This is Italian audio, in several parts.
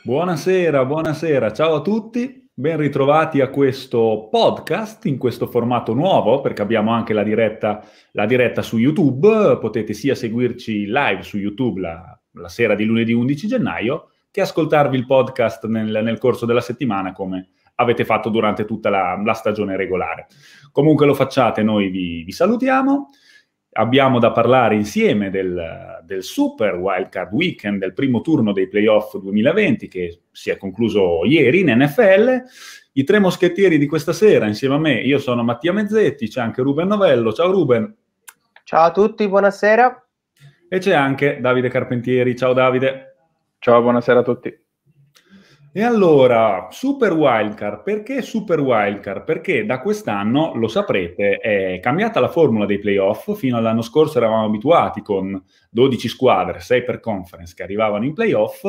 Buonasera, buonasera, ciao a tutti, ben ritrovati a questo podcast in questo formato nuovo perché abbiamo anche la diretta su YouTube, potete sia seguirci live su YouTube la sera di lunedì 11 gennaio che ascoltarvi il podcast nel corso della settimana come avete fatto durante tutta la stagione regolare. Comunque lo facciate, noi vi salutiamo. Abbiamo da parlare insieme del Super Wildcard Weekend, del primo turno dei playoff 2020 che si è concluso ieri in NFL. I tre moschettieri di questa sera insieme a me, io sono Mattia Mezzetti, c'è anche Ruben Novello. Ciao Ruben. Ciao a tutti, buonasera. E c'è anche Davide Carpentieri. Ciao Davide. Ciao, buonasera a tutti. E allora, Super Wildcard, perché Super Wildcard? Perché da quest'anno, lo saprete, è cambiata la formula dei playoff. Fino all'anno scorso eravamo abituati con 12 squadre, 6 per conference, che arrivavano in playoff.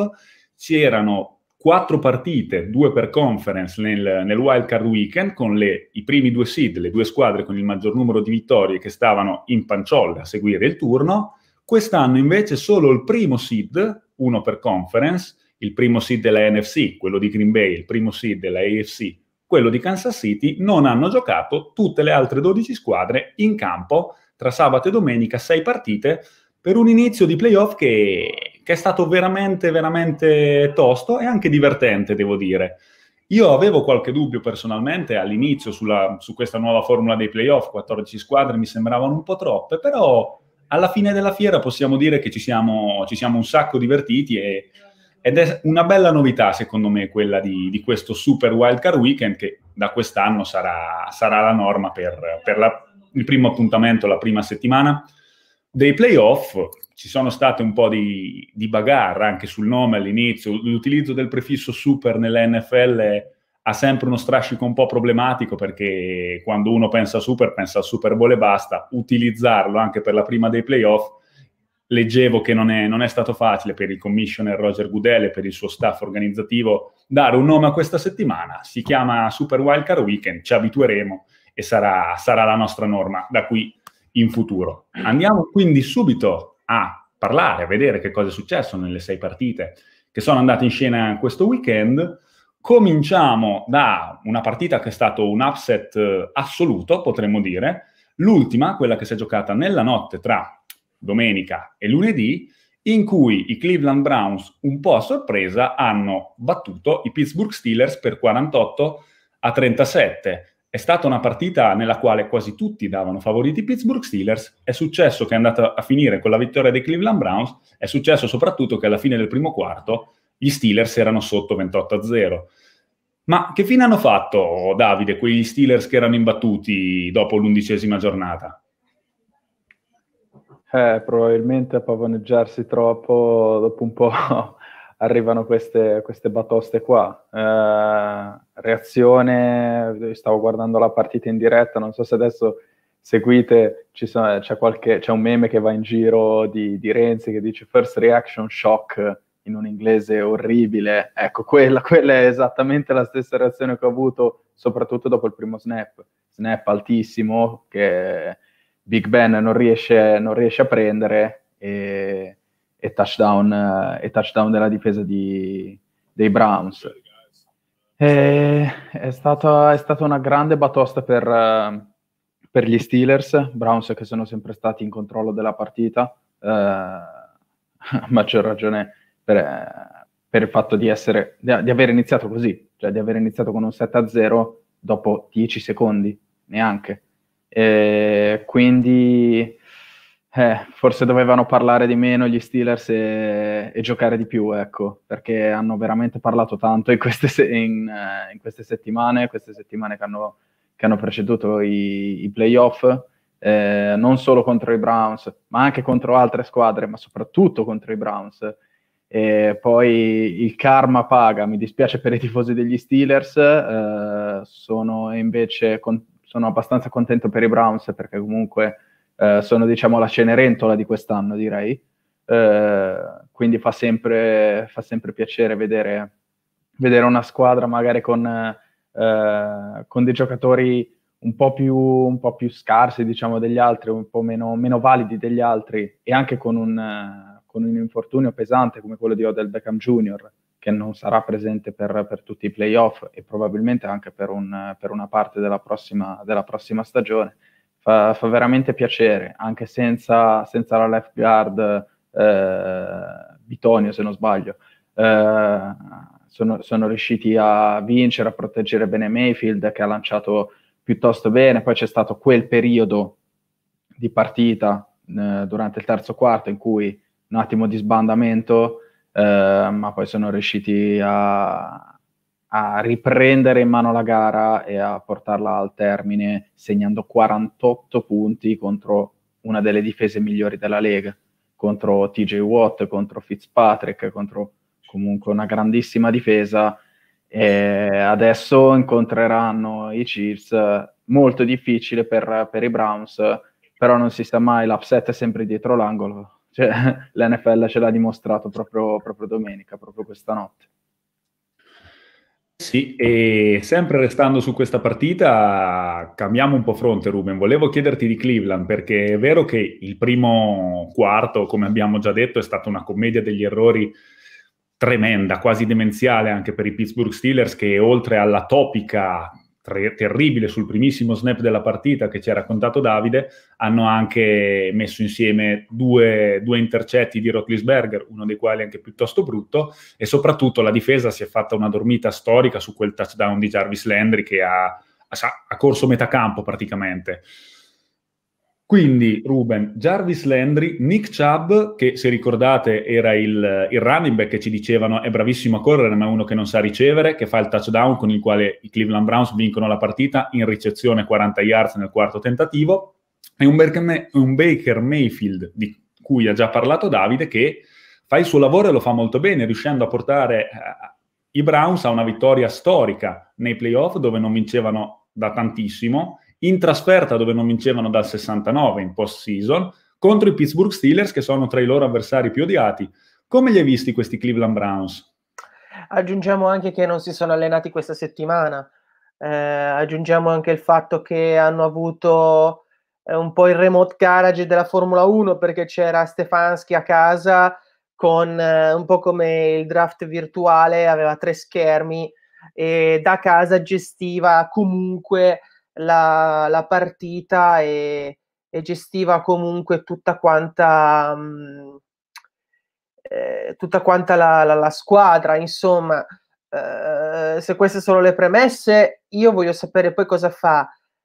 C'erano 4 partite, 2 per conference nel Wildcard Weekend, con i primi 2 seed, le 2 squadre con il maggior numero di vittorie che stavano in panciolle a seguire il turno. Quest'anno invece solo il primo seed, 1 per conference, il primo seed della NFC, quello di Green Bay, il primo seed della AFC, quello di Kansas City, non hanno giocato. Tutte le altre 12 squadre in campo tra sabato e domenica, 6 partite, per un inizio di playoff che è stato veramente, veramente tosto e anche divertente, devo dire. Io avevo qualche dubbio personalmente all'inizio su questa nuova formula dei playoff, 14 squadre mi sembravano un po' troppe, però alla fine della fiera possiamo dire che ci siamo un sacco divertiti ed è una bella novità, secondo me, quella di questo Super Wildcard Weekend, che da quest'anno sarà la norma per il primo appuntamento, la prima settimana dei playoff. Ci sono state un po' di bagarre anche sul nome all'inizio. L'utilizzo del prefisso Super nella NFL ha sempre uno strascico un po' problematico, perché quando uno pensa a Super, pensa al Super Bowl e basta. Utilizzarlo anche per la prima dei playoff, leggevo che non è stato facile per il commissioner Roger Goodell e per il suo staff organizzativo dare un nome a questa settimana. Si chiama Super Wildcard Weekend, ci abitueremo e sarà la nostra norma da qui in futuro. Andiamo quindi subito a parlare, a vedere che cosa è successo nelle 6 partite che sono andate in scena questo weekend. Cominciamo da una partita che è stato un upset assoluto, potremmo dire, l'ultima, quella che si è giocata nella notte tra domenica e lunedì, in cui i Cleveland Browns, un po' a sorpresa, hanno battuto i Pittsburgh Steelers per 48-37. È stata una partita nella quale quasi tutti davano favoriti i Pittsburgh Steelers. È successo che è andata a finire con la vittoria dei Cleveland Browns. È successo soprattutto che alla fine del primo quarto gli Steelers erano sotto 28-0. Ma che fine hanno fatto, Davide, quegli Steelers che erano imbattuti dopo l'11ª giornata? Probabilmente a pavoneggiarsi troppo, dopo un po' arrivano queste batoste qua. Reazione, stavo guardando la partita in diretta, non so se adesso seguite, c'è un meme che va in giro di Renzi che dice first reaction shock in un inglese orribile. Ecco, quella è esattamente la stessa reazione che ho avuto, soprattutto dopo il primo snap altissimo che Big Ben non riesce a prendere e touchdown della difesa dei Browns. È stata una grande batosta per gli Steelers, Browns che sono sempre stati in controllo della partita, a maggior ragione per il fatto di aver iniziato così, cioè di aver iniziato con un 7-0 dopo 10 secondi, neanche. Quindi forse dovevano parlare di meno gli Steelers e giocare di più, ecco, perché hanno veramente parlato tanto in queste settimane che hanno preceduto i playoff, non solo contro i Browns, ma anche contro altre squadre, ma soprattutto contro i Browns. E poi il karma paga. Mi dispiace per i tifosi degli Steelers, sono abbastanza contento per i Browns, perché comunque sono, diciamo, la Cenerentola di quest'anno, direi. Quindi fa sempre piacere vedere una squadra magari con dei giocatori un po' più scarsi, diciamo, degli altri, un po' meno validi degli altri, e anche con un infortunio pesante come quello di Odell Beckham Jr., che non sarà presente per tutti i playoff e probabilmente anche per una parte della prossima stagione. Fa veramente piacere, anche senza la left guard Bitonio, se non sbaglio. Sono riusciti a vincere, a proteggere bene Mayfield, che ha lanciato piuttosto bene. Poi c'è stato quel periodo di partita durante il terzo quarto in cui un attimo di sbandamento, ma poi sono riusciti a riprendere in mano la gara e a portarla al termine, segnando 48 punti contro una delle difese migliori della Lega, contro TJ Watt, contro Fitzpatrick, contro comunque una grandissima difesa. E adesso incontreranno i Chiefs, molto difficile per i Browns, però non si sa mai, l'upset è sempre dietro l'angolo. Cioè, l'NFL ce l'ha dimostrato proprio domenica, proprio questa notte. Sì, e sempre restando su questa partita, cambiamo un po' fronte, Ruben. Volevo chiederti di Cleveland, perché è vero che il primo quarto, come abbiamo già detto, è stata una commedia degli errori tremenda, quasi demenziale anche per i Pittsburgh Steelers, che oltre alla topica terribile sul primissimo snap della partita che ci ha raccontato Davide, hanno anche messo insieme due intercetti di Roethlisberger, uno dei quali anche piuttosto brutto, e soprattutto la difesa si è fatta una dormita storica su quel touchdown di Jarvis Landry che ha corso metà campo praticamente. Quindi, Ruben, Jarvis Landry, Nick Chubb, che se ricordate era il running back che ci dicevano è bravissimo a correre ma è uno che non sa ricevere, che fa il touchdown con il quale i Cleveland Browns vincono la partita in ricezione 40 yards nel quarto tentativo, e un Baker Mayfield di cui ha già parlato Davide, che fa il suo lavoro e lo fa molto bene, riuscendo a portare i Browns a una vittoria storica nei playoff dove non vincevano da tantissimo, in trasferta dove non vincevano dal 69 in post-season, contro i Pittsburgh Steelers che sono tra i loro avversari più odiati. Come li hai visti questi Cleveland Browns? Aggiungiamo anche che non si sono allenati questa settimana, aggiungiamo anche il fatto che hanno avuto un po' il remote garage della Formula 1, perché c'era Stefanski a casa con un po' come il draft virtuale, aveva 3 schermi e da casa gestiva comunque la partita e gestiva comunque tutta quanta la squadra. Insomma, se queste sono le premesse, io voglio sapere poi cosa fa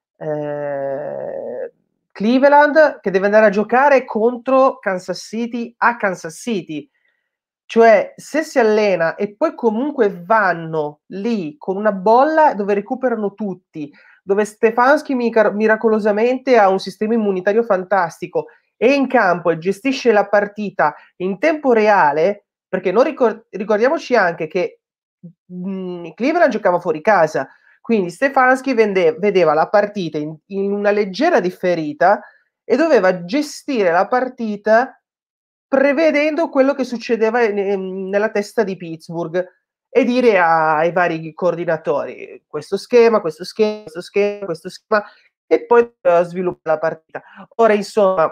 Cleveland, che deve andare a giocare contro Kansas City a Kansas City. Cioè, se si allena e poi comunque vanno lì con una bolla dove recuperano tutti, dove Stefanski miracolosamente ha un sistema immunitario fantastico e in campo e gestisce la partita in tempo reale, perché noi ricordiamoci anche che Cleveland giocava fuori casa, quindi Stefanski vedeva la partita in una leggera differita e doveva gestire la partita prevedendo quello che succedeva nella testa di Pittsburgh e dire ai vari coordinatori questo schema, e poi sviluppare la partita. Ora, insomma,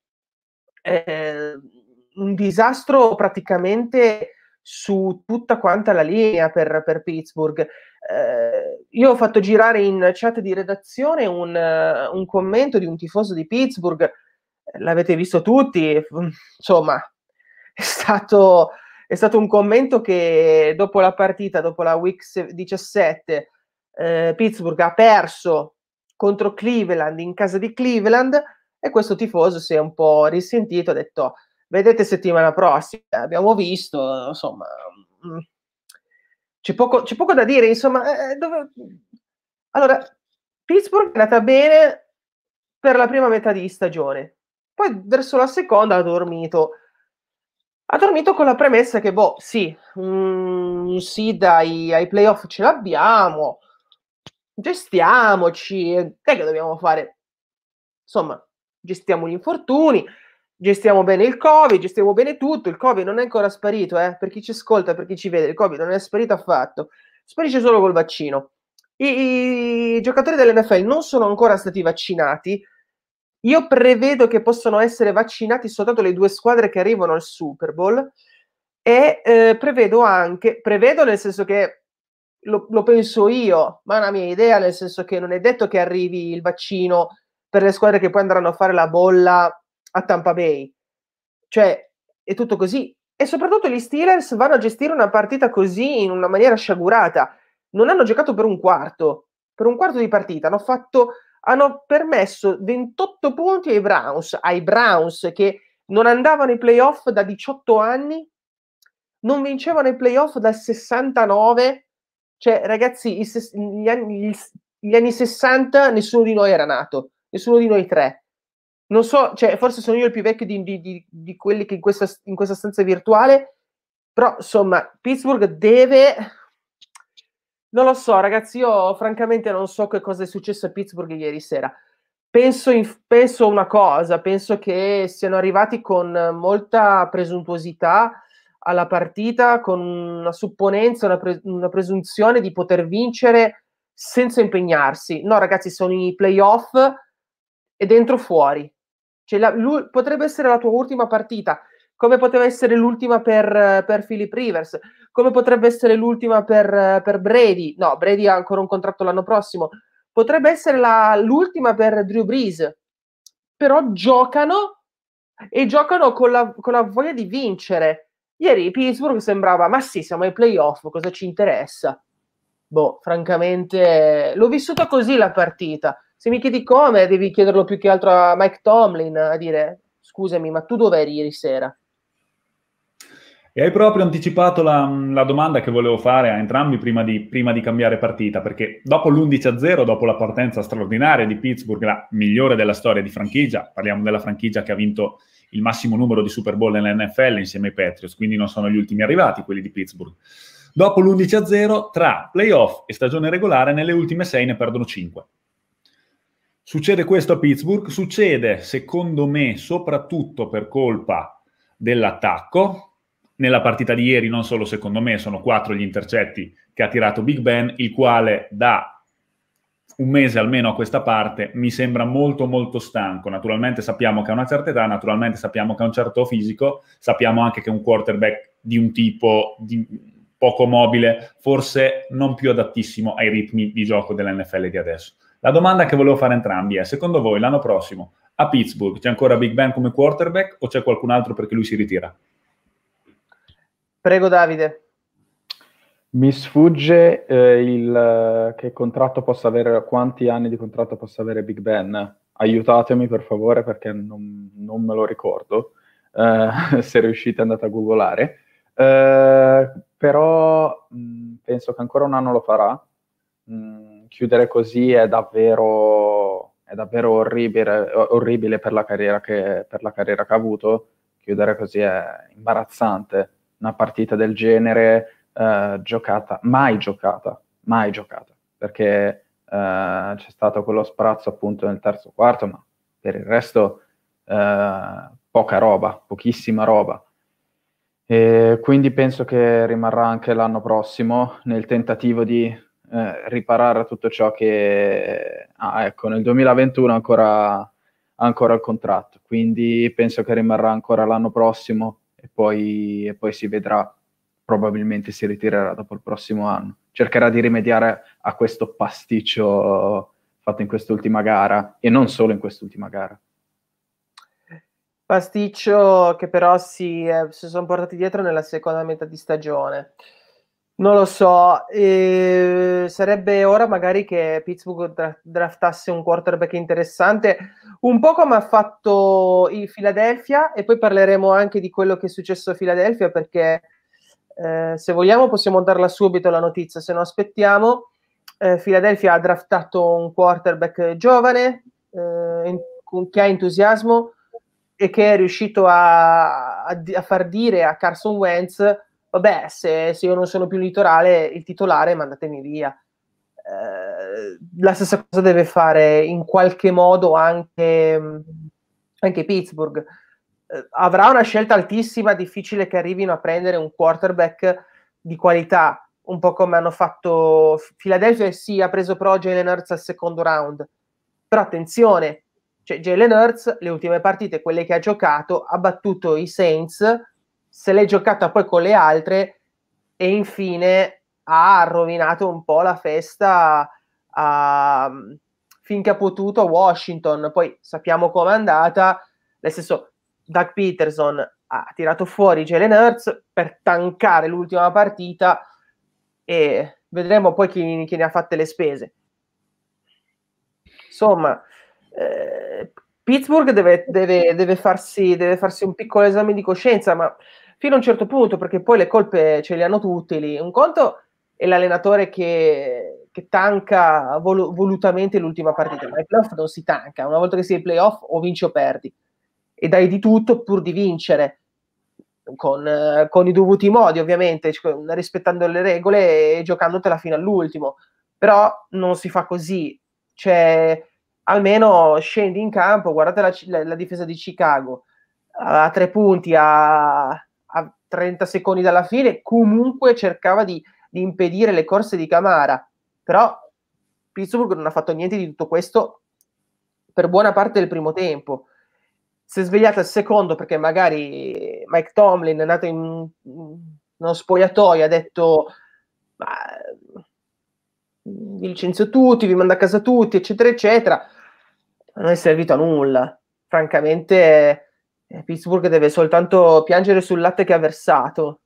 un disastro praticamente su tutta quanta la linea per Pittsburgh. Io ho fatto girare in chat di redazione un commento di un tifoso di Pittsburgh, l'avete visto tutti, insomma, è stato un commento che dopo la partita, dopo la week 17, Pittsburgh ha perso contro Cleveland in casa di Cleveland e questo tifoso si è un po' risentito, ha detto vedete settimana prossima, abbiamo visto, insomma, c'è poco da dire, insomma, allora Pittsburgh è andata bene per la prima metà di stagione, poi verso la seconda ha dormito con la premessa che sì, un seed ai playoff ce l'abbiamo, gestiamoci, che dobbiamo fare? Insomma, gestiamo gli infortuni, gestiamo bene il Covid, gestiamo bene tutto. Il Covid non è ancora sparito, per chi ci ascolta, per chi ci vede, il Covid non è sparito affatto, sparisce solo col vaccino. I giocatori dell'NFL non sono ancora stati vaccinati. Io prevedo che possano essere vaccinati soltanto le 2 squadre che arrivano al Super Bowl E prevedo nel senso che lo penso io, ma è una mia idea, nel senso che non è detto che arrivi il vaccino per le squadre che poi andranno a fare la bolla a Tampa Bay. Cioè, è tutto così. E soprattutto gli Steelers vanno a gestire una partita così in una maniera sciagurata. Non hanno giocato per un quarto di partita. Hanno permesso 28 punti ai Browns che non andavano ai playoff da 18 anni, non vincevano i playoff dal 69. Cioè, ragazzi, gli anni 60 nessuno di noi era nato, nessuno di noi tre. Non so, cioè, forse sono io il più vecchio di quelli che in questa stanza virtuale, però insomma, Pittsburgh deve... Non lo so, ragazzi, io francamente non so che cosa è successo a Pittsburgh ieri sera. Penso una cosa, penso che siano arrivati con molta presuntuosità alla partita, con una supponenza, una presunzione di poter vincere senza impegnarsi. No, ragazzi, sono i playoff e dentro fuori. Cioè, potrebbe essere la tua ultima partita, come poteva essere l'ultima per Philip Rivers, come potrebbe essere l'ultima per Brady. No, Brady ha ancora un contratto l'anno prossimo. Potrebbe essere l'ultima per Drew Brees. Però giocano con la voglia di vincere. Ieri Pittsburgh sembrava, ma sì, siamo ai playoff, cosa ci interessa? Boh, francamente, l'ho vissuta così la partita. Se mi chiedi come, devi chiederlo più che altro a Mike Tomlin, a dire, scusami, ma tu dov'eri ieri sera? E hai proprio anticipato la domanda che volevo fare a entrambi prima di cambiare partita, perché dopo l'11-0, dopo la partenza straordinaria di Pittsburgh, la migliore della storia di franchigia, parliamo della franchigia che ha vinto il massimo numero di Super Bowl nell'NFL insieme ai Patriots, quindi non sono gli ultimi arrivati quelli di Pittsburgh. Dopo l'11-0, tra playoff e stagione regolare, nelle ultime 6 ne perdono 5. Succede questo a Pittsburgh, succede secondo me soprattutto per colpa dell'attacco. Nella partita di ieri, non solo secondo me, sono 4 gli intercetti che ha tirato Big Ben, il quale da un mese almeno a questa parte mi sembra molto molto stanco. Naturalmente sappiamo che ha una certa età, naturalmente sappiamo che ha un certo fisico, sappiamo anche che è un quarterback di un tipo poco mobile, forse non più adattissimo ai ritmi di gioco dell'NFL di adesso. La domanda che volevo fare a entrambi è: secondo voi l'anno prossimo a Pittsburgh c'è ancora Big Ben come quarterback o c'è qualcun altro perché lui si ritira? Prego Davide. Mi sfugge che contratto possa avere, quanti anni di contratto possa avere Big Ben. Aiutatemi per favore perché non me lo ricordo. Se riuscite andate a googolare. Però penso che ancora un anno lo farà. Chiudere così è davvero orribile per la carriera che ha avuto. Chiudere così è imbarazzante. Una partita del genere mai giocata, perché c'è stato quello sprazzo appunto nel terzo quarto, ma per il resto poca roba, pochissima roba. E quindi penso che rimarrà anche l'anno prossimo nel tentativo di riparare tutto ciò che ecco, nel 2021 ancora il contratto, quindi penso che rimarrà ancora l'anno prossimo e poi si vedrà. Probabilmente si ritirerà dopo il prossimo anno, cercherà di rimediare a questo pasticcio fatto in quest'ultima gara e non solo in quest'ultima gara. Pasticcio che però si sono portati dietro nella seconda metà di stagione. Non lo so, sarebbe ora magari che Pittsburgh draftasse un quarterback interessante, un po' come ha fatto il Philadelphia, e poi parleremo anche di quello che è successo a Philadelphia, perché se vogliamo possiamo darla subito la notizia, se no aspettiamo. Philadelphia ha draftato un quarterback giovane, che ha entusiasmo e che è riuscito a far dire a Carson Wentz: vabbè, se io non sono più il titolare, mandatemi via. La stessa cosa deve fare in qualche modo anche Pittsburgh. Avrà una scelta altissima, difficile che arrivino a prendere un quarterback di qualità, un po' come hanno fatto Philadelphia. Sì, ha preso però Jalen Hurts al secondo round, però attenzione, cioè Jalen Hurts le ultime partite, quelle che ha giocato, ha battuto i Saints se l'è giocata poi con le altre e infine ha rovinato un po' la festa finché ha potuto a Washington. Poi sappiamo com'è andata, nel senso Doug Peterson ha tirato fuori Jalen Hurts per tankare l'ultima partita e vedremo poi chi ne ha fatte le spese. Insomma, Pittsburgh deve farsi un piccolo esame di coscienza, ma fino a un certo punto, perché poi le colpe ce le hanno tutti lì. Un conto è l'allenatore che tanca volutamente l'ultima partita, ma ai playoff non si tanca. Una volta che sei ai playoff o vinci o perdi, e dai di tutto pur di vincere, con i dovuti modi ovviamente, rispettando le regole e giocandotela fino all'ultimo. Però non si fa così, cioè almeno scendi in campo, guardate la difesa di Chicago, a 3 punti, a 30 secondi dalla fine, comunque cercava di impedire le corse di Camara, però Pittsburgh non ha fatto niente di tutto questo per buona parte del primo tempo. Si è svegliata al secondo perché magari Mike Tomlin è andato in uno spogliatoio, ha detto vi licenzio tutti, vi mando a casa tutti, eccetera eccetera. Non è servito a nulla, francamente. Pittsburgh deve soltanto piangere sul latte che ha versato.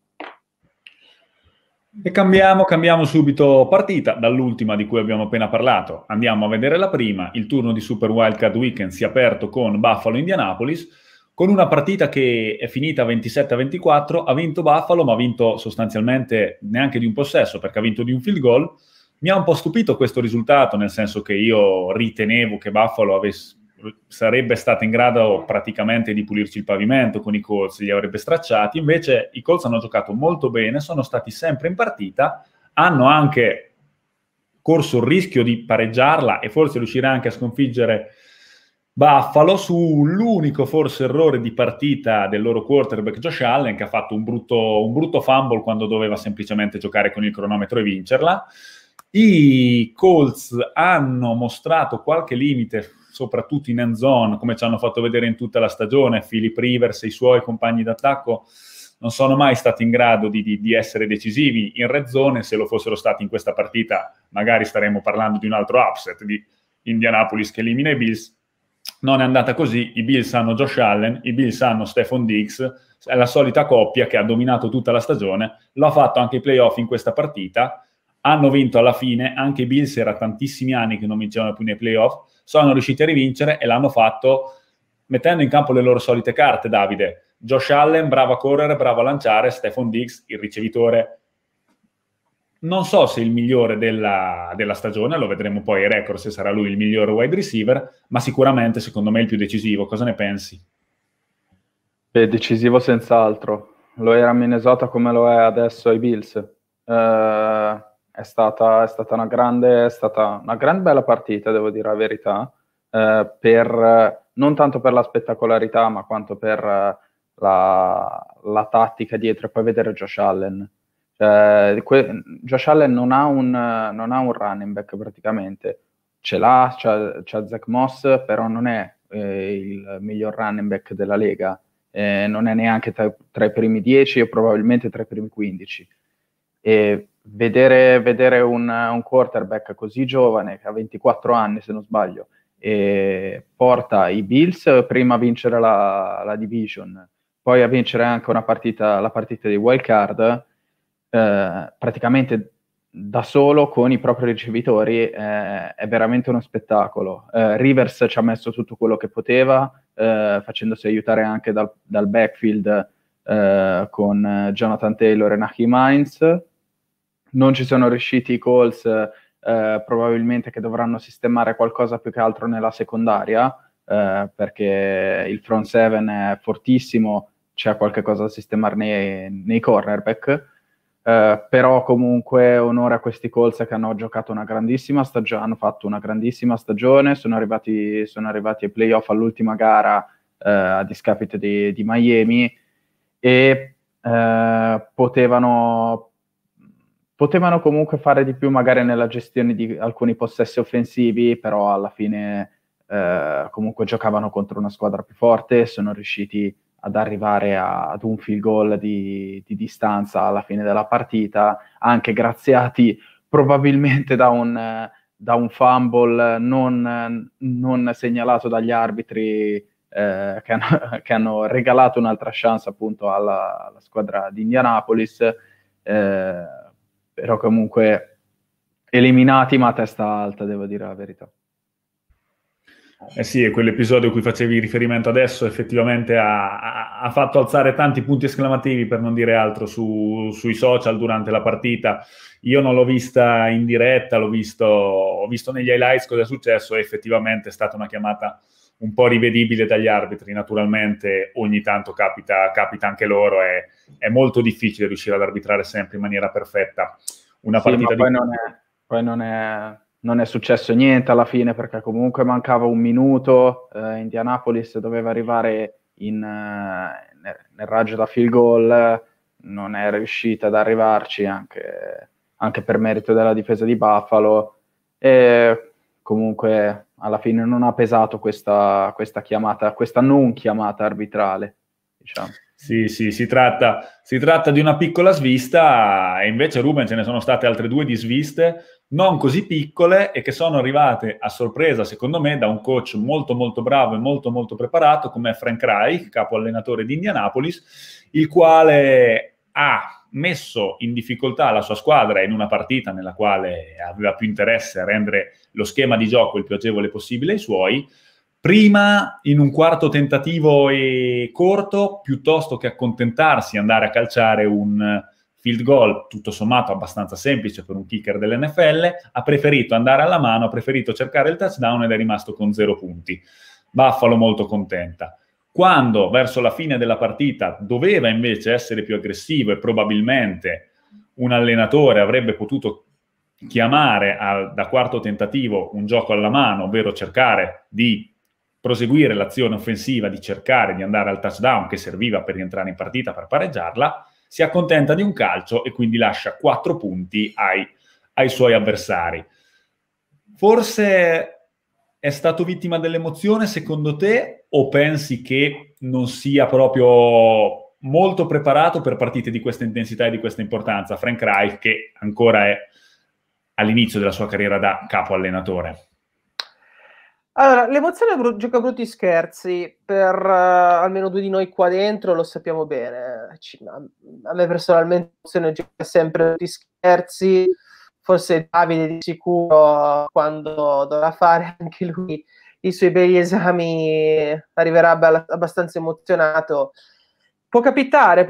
E cambiamo subito partita dall'ultima di cui abbiamo appena parlato. Andiamo a vedere la prima. Il turno di Super Wildcard Weekend si è aperto con Buffalo-Indianapolis, con una partita che è finita 27-24. Ha vinto Buffalo, ma ha vinto sostanzialmente neanche di un possesso, perché ha vinto di un field goal. Mi ha un po' stupito questo risultato, nel senso che io ritenevo che Buffalo sarebbe stata in grado praticamente di pulirci il pavimento con i Colts, li avrebbe stracciati. Invece i Colts hanno giocato molto bene, sono stati sempre in partita, hanno anche corso il rischio di pareggiarla e forse riuscire anche a sconfiggere Buffalo sull'unico forse errore di partita del loro quarterback Josh Allen, che ha fatto un brutto fumble quando doveva semplicemente giocare con il cronometro e vincerla. I Colts hanno mostrato qualche limite, soprattutto in end zone, come ci hanno fatto vedere in tutta la stagione. Philip Rivers e i suoi compagni d'attacco non sono mai stati in grado di essere decisivi in red zone. Se lo fossero stati in questa partita, magari staremmo parlando di un altro upset di Indianapolis che elimina i Bills. Non è andata così. I Bills hanno Josh Allen, i Bills hanno Stephon Diggs, è la solita coppia che ha dominato tutta la stagione, lo ha fatto anche ai playoff in questa partita. Hanno vinto alla fine, anche i Bills era tantissimi anni che non vincevano più nei playoff, sono riusciti a rivincere e l'hanno fatto mettendo in campo le loro solite carte, Davide. Josh Allen, bravo a correre, bravo a lanciare, Stephon Diggs, il ricevitore, non so se il migliore della stagione, lo vedremo poi ai record se sarà lui il migliore wide receiver, ma sicuramente secondo me il più decisivo. Cosa ne pensi? Decisivo senz'altro, lo era a Minnesota come lo è adesso ai Bills. È stata una gran bella partita, devo dire la verità, non tanto per la spettacolarità, ma quanto per la tattica dietro, e poi vedere Josh Allen. Josh Allen non ha un running back praticamente, c'ha Zach Moss, però non è il miglior running back della Lega, non è neanche tra i primi 10 o probabilmente tra i primi 15. E vedere un quarterback così giovane, che ha 24 anni se non sbaglio, e porta i Bills prima a vincere la division, poi a vincere anche la partita di wild card, praticamente da solo con i propri ricevitori, è veramente uno spettacolo. Rivers ci ha messo tutto quello che poteva, facendosi aiutare anche dal backfield con Jonathan Taylor e Naheem Hines. Non ci sono riusciti i Colts, probabilmente che dovranno sistemare qualcosa più che altro nella secondaria, perché il front seven è fortissimo, c'è qualche cosa da sistemare nei cornerback, però comunque onore a questi Colts che hanno giocato una grandissima stagione, hanno fatto una grandissima stagione, sono arrivati ai playoff all'ultima gara, a discapito di Miami, e potevano comunque fare di più magari nella gestione di alcuni possessi offensivi, però alla fine comunque giocavano contro una squadra più forte, sono riusciti ad arrivare ad un field goal di distanza alla fine della partita, anche graziati probabilmente da un fumble non segnalato dagli arbitri, che hanno regalato un'altra chance appunto alla squadra di Indianapolis, però comunque eliminati ma a testa alta, devo dire la verità. Eh sì, e quell'episodio a cui facevi riferimento adesso effettivamente ha fatto alzare tanti punti esclamativi, per non dire altro, sui social durante la partita. Io non l'ho vista in diretta, ho visto negli highlights cosa è successo, e effettivamente è stata una chiamata un po' rivedibile dagli arbitri. Naturalmente ogni tanto capita anche loro, è molto difficile riuscire ad arbitrare sempre in maniera perfetta una partita ma poi non è successo niente alla fine, perché comunque mancava un minuto, Indianapolis doveva arrivare nel raggio da field goal, non è riuscita ad arrivarci, anche per merito della difesa di Buffalo, e comunque alla fine non ha pesato questa chiamata, questa non chiamata arbitrale, diciamo. Sì, si tratta di una piccola svista, e invece, Ruben, ce ne sono state altre 2 di sviste non così piccole e che sono arrivate a sorpresa, secondo me, da un coach molto molto bravo e molto molto preparato come Frank Reich, capo allenatore di Indianapolis, il quale ha messo in difficoltà la sua squadra in una partita nella quale aveva più interesse a rendere lo schema di gioco il più agevole possibile ai suoi. Prima in un quarto tentativo e corto, piuttosto che accontentarsi e andare a calciare un field goal tutto sommato abbastanza semplice per un kicker dell'NFL, ha preferito andare alla mano, ha preferito cercare il touchdown ed è rimasto con 0 punti. Buffalo molto contenta. Quando verso la fine della partita doveva invece essere più aggressivo e probabilmente un allenatore avrebbe potuto chiamare da quarto tentativo un gioco alla mano, ovvero cercare di proseguire l'azione offensiva, di cercare di andare al touchdown che serviva per rientrare in partita, per pareggiarla, si accontenta di un calcio e quindi lascia 4 punti ai suoi avversari. Forse è stato vittima dell'emozione, secondo te, o pensi che non sia proprio molto preparato per partite di questa intensità e di questa importanza? Frank Reich, che ancora è all'inizio della sua carriera da capo allenatore. Allora, l'emozione gioca brutti scherzi, per almeno 2 di noi qua dentro lo sappiamo bene. A me personalmente l'emozione gioca sempre brutti scherzi, forse Davide di sicuro quando dovrà fare anche lui i suoi begli esami arriverà abbastanza emozionato. Può capitare,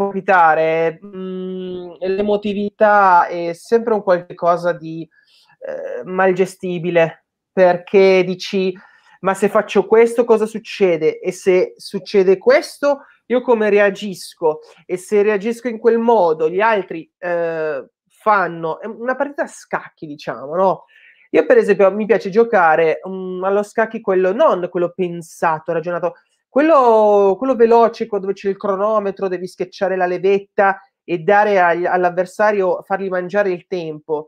l'emotività è sempre un qualche cosa di mal gestibile, perché dici: ma se faccio questo cosa succede? E se succede questo, io come reagisco? E se reagisco in quel modo, gli altri fanno... È una partita a scacchi, diciamo, no? Io per esempio mi piace giocare allo scacchi non quello pensato, ragionato, quello veloce, dove c'è il cronometro, devi schiacciare la levetta e dare all'avversario, fargli mangiare il tempo.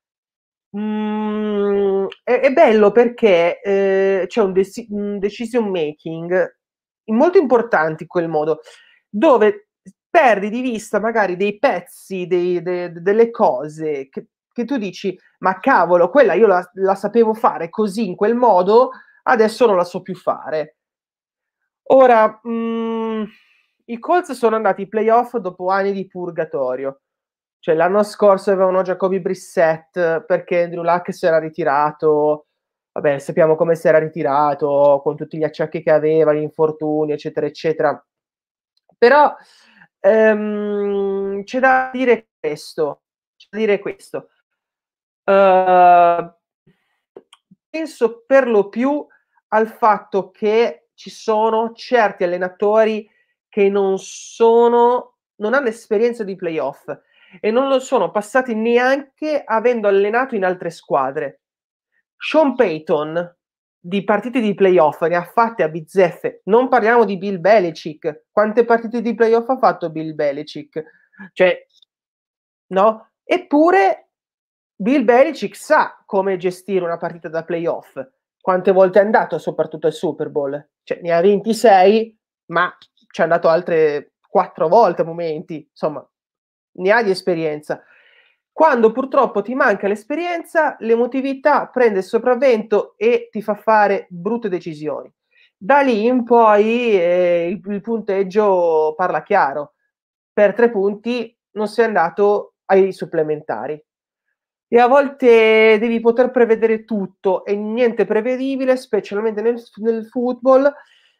È bello perché c'è un decision making molto importante in quel modo, dove perdi di vista magari dei pezzi, delle cose che tu dici: ma cavolo, quella io la sapevo fare così, in quel modo, adesso non la so più fare. Ora, i Colts sono andati ai playoff dopo anni di purgatorio. Cioè, l'anno scorso avevano Jacoby Brissett perché Andrew Luck si era ritirato. Vabbè, sappiamo come si era ritirato, con tutti gli acciacchi che aveva, gli infortuni, eccetera, eccetera. Però c'è da dire questo. Penso per lo più al fatto che ci sono certi allenatori che non hanno esperienza di playoff e non lo sono passati neanche avendo allenato in altre squadre. Sean Payton di partite di playoff ne ha fatte a bizzeffe. Non parliamo di Bill Belichick. Quante partite di playoff ha fatto Bill Belichick? Cioè, no? Eppure Bill Belichick sa come gestire una partita da playoff. Quante volte è andato soprattutto al Super Bowl? Cioè, ne ha 26, ma ci è andato altre 4 volte a momenti, insomma, ne ha di esperienza. Quando purtroppo ti manca l'esperienza, l'emotività prende il sopravvento e ti fa fare brutte decisioni. Da lì in poi il punteggio parla chiaro. Per 3 punti non sei andato ai supplementari. E a volte devi poter prevedere tutto e niente è prevedibile, specialmente nel football,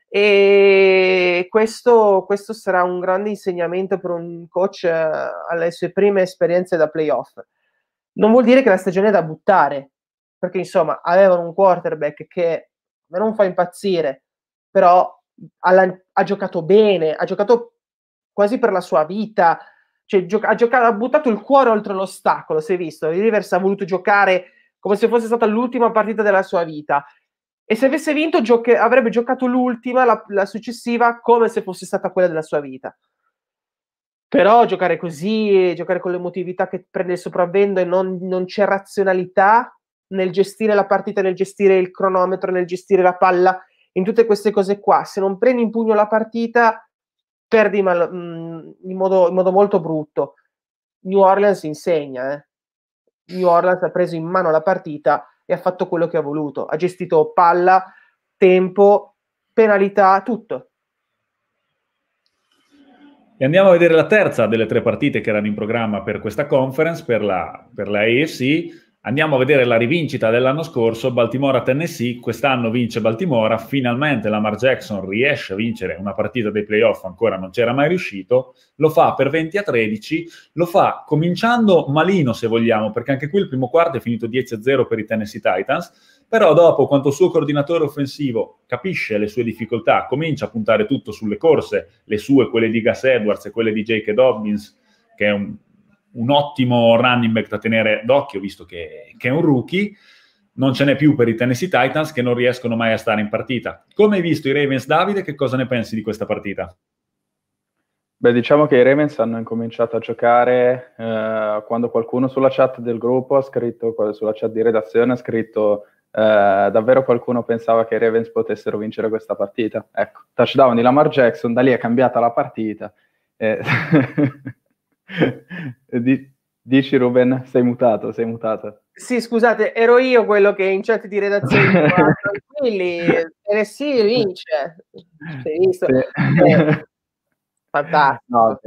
e questo sarà un grande insegnamento per un coach alle sue prime esperienze da playoff. Non vuol dire che la stagione è da buttare, perché insomma avevano un quarterback che non fa impazzire, però ha giocato bene, ha giocato quasi per la sua vita, cioè, ha buttato il cuore oltre l'ostacolo, si è visto. Il Rivers ha voluto giocare come se fosse stata l'ultima partita della sua vita. E se avesse vinto, avrebbe giocato l'ultima, la successiva, come se fosse stata quella della sua vita. Però giocare così, giocare con l'emotività che prende il sopravvento e non c'è razionalità nel gestire la partita, nel gestire il cronometro, nel gestire la palla, in tutte queste cose qua. Se non prendi in pugno la partita, perdi in modo molto brutto. New Orleans insegna, New Orleans ha preso in mano la partita e ha fatto quello che ha voluto, ha gestito palla, tempo, penalità, tutto. E andiamo a vedere la terza delle 3 partite che erano in programma per questa conference, per la AFC. Andiamo a vedere la rivincita dell'anno scorso, Baltimora-Tennessee. Quest'anno vince Baltimora, finalmente Lamar Jackson riesce a vincere una partita dei playoff, ancora non c'era mai riuscito, lo fa per 20-13, lo fa cominciando malino se vogliamo, perché anche qui il primo quarto è finito 10-0 per i Tennessee Titans, però dopo, quando il suo coordinatore offensivo capisce le sue difficoltà, comincia a puntare tutto sulle corse, le sue, quelle di Gus Edwards e quelle di J.K. Dobbins, che è un ottimo running back da tenere d'occhio, visto che è un rookie. Non ce n'è più per i Tennessee Titans, che non riescono mai a stare in partita. Come hai visto i Ravens, Davide? Che cosa ne pensi di questa partita? Beh, diciamo che i Ravens hanno incominciato a giocare quando qualcuno sulla chat del gruppo ha scritto, sulla chat di redazione ha scritto davvero qualcuno pensava che i Ravens potessero vincere questa partita. Ecco, touchdown di Lamar Jackson, da lì è cambiata la partita. Dici Ruben, sei mutato. Sì, scusate, ero io quello che in chat di redazione tranquilli, Tennessee vince. Hai visto? Sì. Fantastico.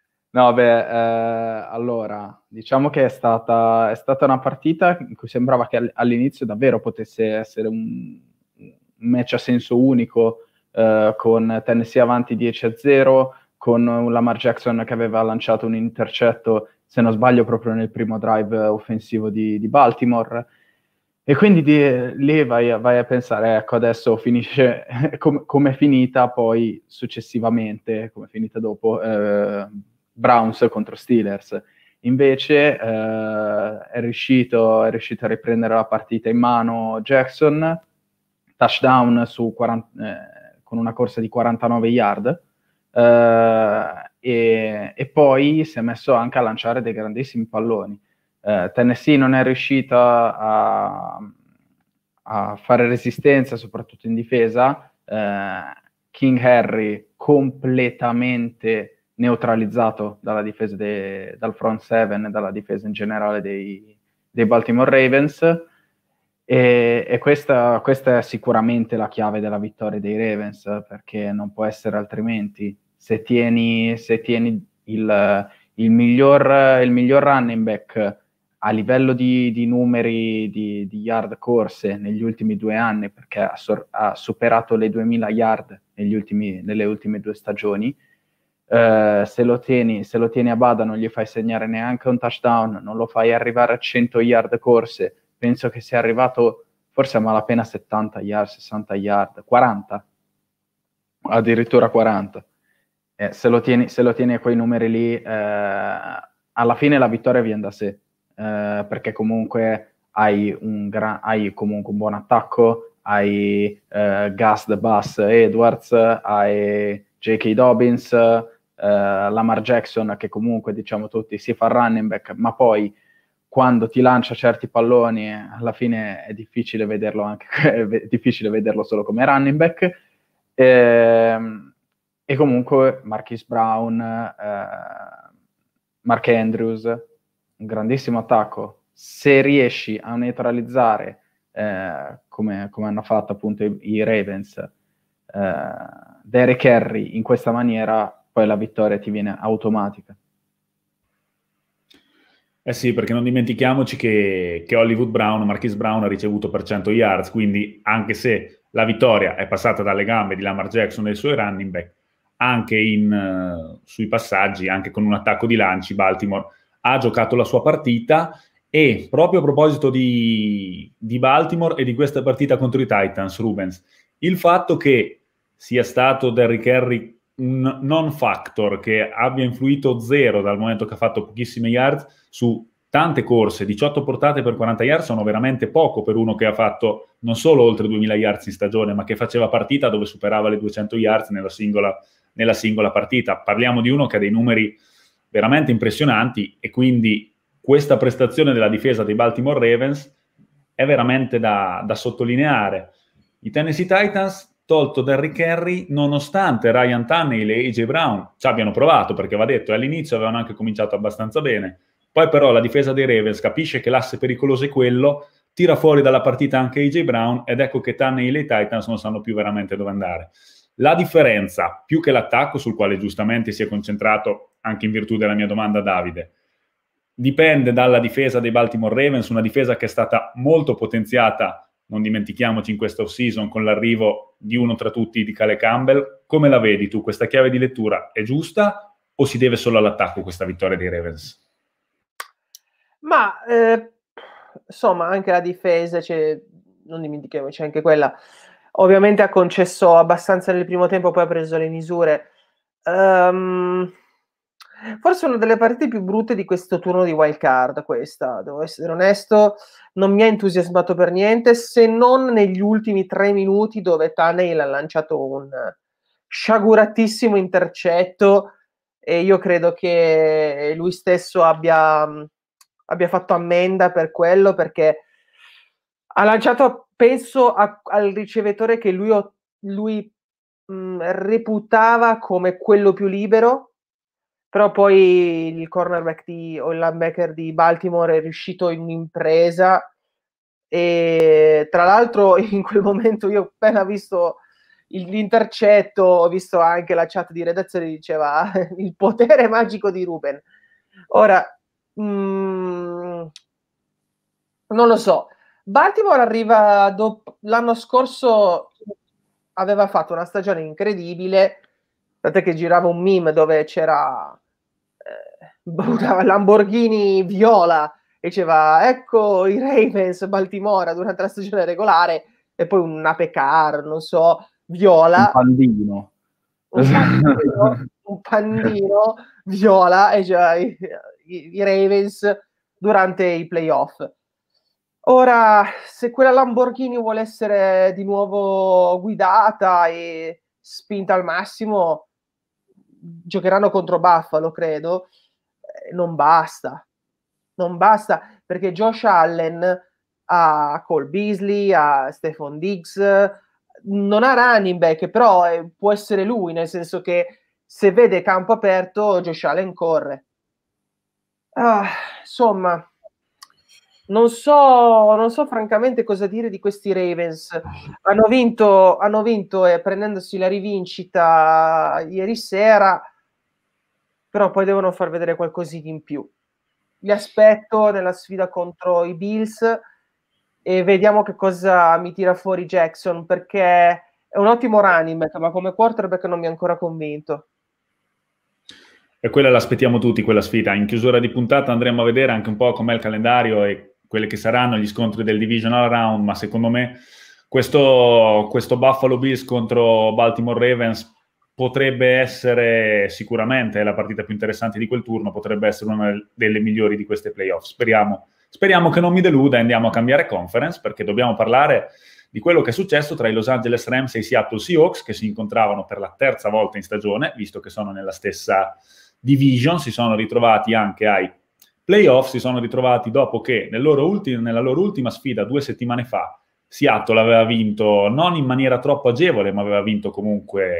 Allora, diciamo che è stata una partita in cui sembrava che all'inizio davvero potesse essere un match a senso unico, con Tennessee avanti 10-0, con un Lamar Jackson che aveva lanciato un intercetto, se non sbaglio, proprio nel primo drive offensivo di Baltimore. E quindi lì vai a pensare, ecco, adesso finisce come è finita poi successivamente, come è finita dopo, Browns contro Steelers. Invece è riuscito a riprendere la partita in mano Jackson, touchdown con una corsa di 49 yard, e poi si è messo anche a lanciare dei grandissimi palloni. Tennessee non è riuscita a fare resistenza, soprattutto in difesa. King Harry completamente neutralizzato dalla difesa dal front seven, dalla difesa in generale dei Baltimore Ravens, e questa è sicuramente la chiave della vittoria dei Ravens, perché non può essere altrimenti. Se tieni il miglior running back a livello di numeri di yard corse negli ultimi 2 anni, perché ha superato le 2000 yard nelle ultime 2 stagioni, se lo tieni a bada, non gli fai segnare neanche un touchdown, non lo fai arrivare a 100 yard corse, penso che sia arrivato forse a malapena 70 yard, 60 yard, 40, addirittura 40. Se lo tieni a quei numeri lì, alla fine la vittoria viene da sé, perché comunque hai comunque un buon attacco, hai Gus the Bus Edwards, hai J.K. Dobbins, Lamar Jackson, che comunque, diciamo tutti, si fa running back, ma poi quando ti lancia certi palloni alla fine è difficile vederlo solo come running back, E comunque Marquise Brown, Mark Andrews, un grandissimo attacco. Se riesci a neutralizzare, come hanno fatto appunto i Ravens, Derrick Henry in questa maniera, poi la vittoria ti viene automatica. Eh sì, perché non dimentichiamoci che Hollywood Brown, Marquise Brown, ha ricevuto per 100 yards, quindi anche se la vittoria è passata dalle gambe di Lamar Jackson e dei suoi running back, anche sui passaggi, anche con un attacco di lanci, Baltimore ha giocato la sua partita. E proprio a proposito di Baltimore e di questa partita contro i Titans, Rubens, il fatto che sia stato Derrick Henry un non factor, che abbia influito zero dal momento che ha fatto pochissime yards su tante corse, 18 portate per 40 yards sono veramente poco per uno che ha fatto non solo oltre 2000 yards in stagione, ma che faceva partita dove superava le 200 yards nella singola partita. Parliamo di uno che ha dei numeri veramente impressionanti, e quindi questa prestazione della difesa dei Baltimore Ravens è veramente da sottolineare. I Tennessee Titans, tolto Derrick Henry, nonostante Ryan Tannehill e AJ Brown ci abbiano provato, perché va detto, all'inizio avevano anche cominciato abbastanza bene, poi però la difesa dei Ravens capisce che l'asse pericoloso è quello, tira fuori dalla partita anche AJ Brown, ed ecco che Tannehill e i Titans non sanno più veramente dove andare. La differenza, più che l'attacco, sul quale giustamente si è concentrato anche in virtù della mia domanda Davide, dipende dalla difesa dei Baltimore Ravens, una difesa che è stata molto potenziata, non dimentichiamoci, in questa off-season con l'arrivo di uno tra tutti, di Calais Campbell. Come la vedi tu? Questa chiave di lettura è giusta o si deve solo all'attacco questa vittoria dei Ravens? Ma insomma, anche la difesa, non dimentichiamoci anche quella, ovviamente ha concesso abbastanza nel primo tempo, poi ha preso le misure. Forse una delle partite più brutte di questo turno di wild card, questa, devo essere onesto, non mi ha entusiasmato per niente, se non negli ultimi 3 minuti dove Tannehill ha lanciato un sciaguratissimo intercetto, e io credo che lui stesso abbia fatto ammenda per quello, perché ha lanciato, penso, al ricevitore che lui reputava come quello più libero, però poi il cornerback o il linebacker di Baltimore è riuscito in un'impresa, e tra l'altro in quel momento io appena visto l'intercetto ho visto anche la chat di redazione che diceva il potere magico di Ruben. Ora non lo so, Baltimore arriva dopo, l'anno scorso aveva fatto una stagione incredibile, tant'è che girava un meme dove c'era una Lamborghini viola e diceva ecco i Ravens Baltimora durante la stagione regolare, e poi un Ape Car, non so, viola, un pandino viola, e cioè i Ravens durante i playoff. Ora, se quella Lamborghini vuole essere di nuovo guidata e spinta al massimo, giocheranno contro Buffalo, credo. Non basta, perché Josh Allen ha Cole Beasley, ha Stephon Diggs, non ha running back, però può essere lui, nel senso che se vede campo aperto Josh Allen corre. Insomma, non so francamente cosa dire di questi Ravens. Hanno vinto prendendosi la rivincita ieri sera, però poi devono far vedere qualcosina in più. Li aspetto nella sfida contro i Bills e vediamo che cosa mi tira fuori Jackson, perché è un ottimo running back, ma come quarterback non mi ha ancora convinto. E quella l'aspettiamo tutti, quella sfida. In chiusura di puntata andremo a vedere anche un po' com'è il calendario e quelli che saranno gli scontri del divisional round, ma secondo me questo Buffalo Bills contro Baltimore Ravens potrebbe essere sicuramente la partita più interessante di quel turno, potrebbe essere una delle migliori di queste playoff. Speriamo che non mi deluda e andiamo a cambiare conference, perché dobbiamo parlare di quello che è successo tra i Los Angeles Rams e i Seattle Seahawks, che si incontravano per la terza volta in stagione, visto che sono nella stessa division, si sono ritrovati anche ai playoff, si sono ritrovati dopo che nella loro ultima sfida 2 settimane fa Seattle aveva vinto non in maniera troppo agevole, ma aveva vinto comunque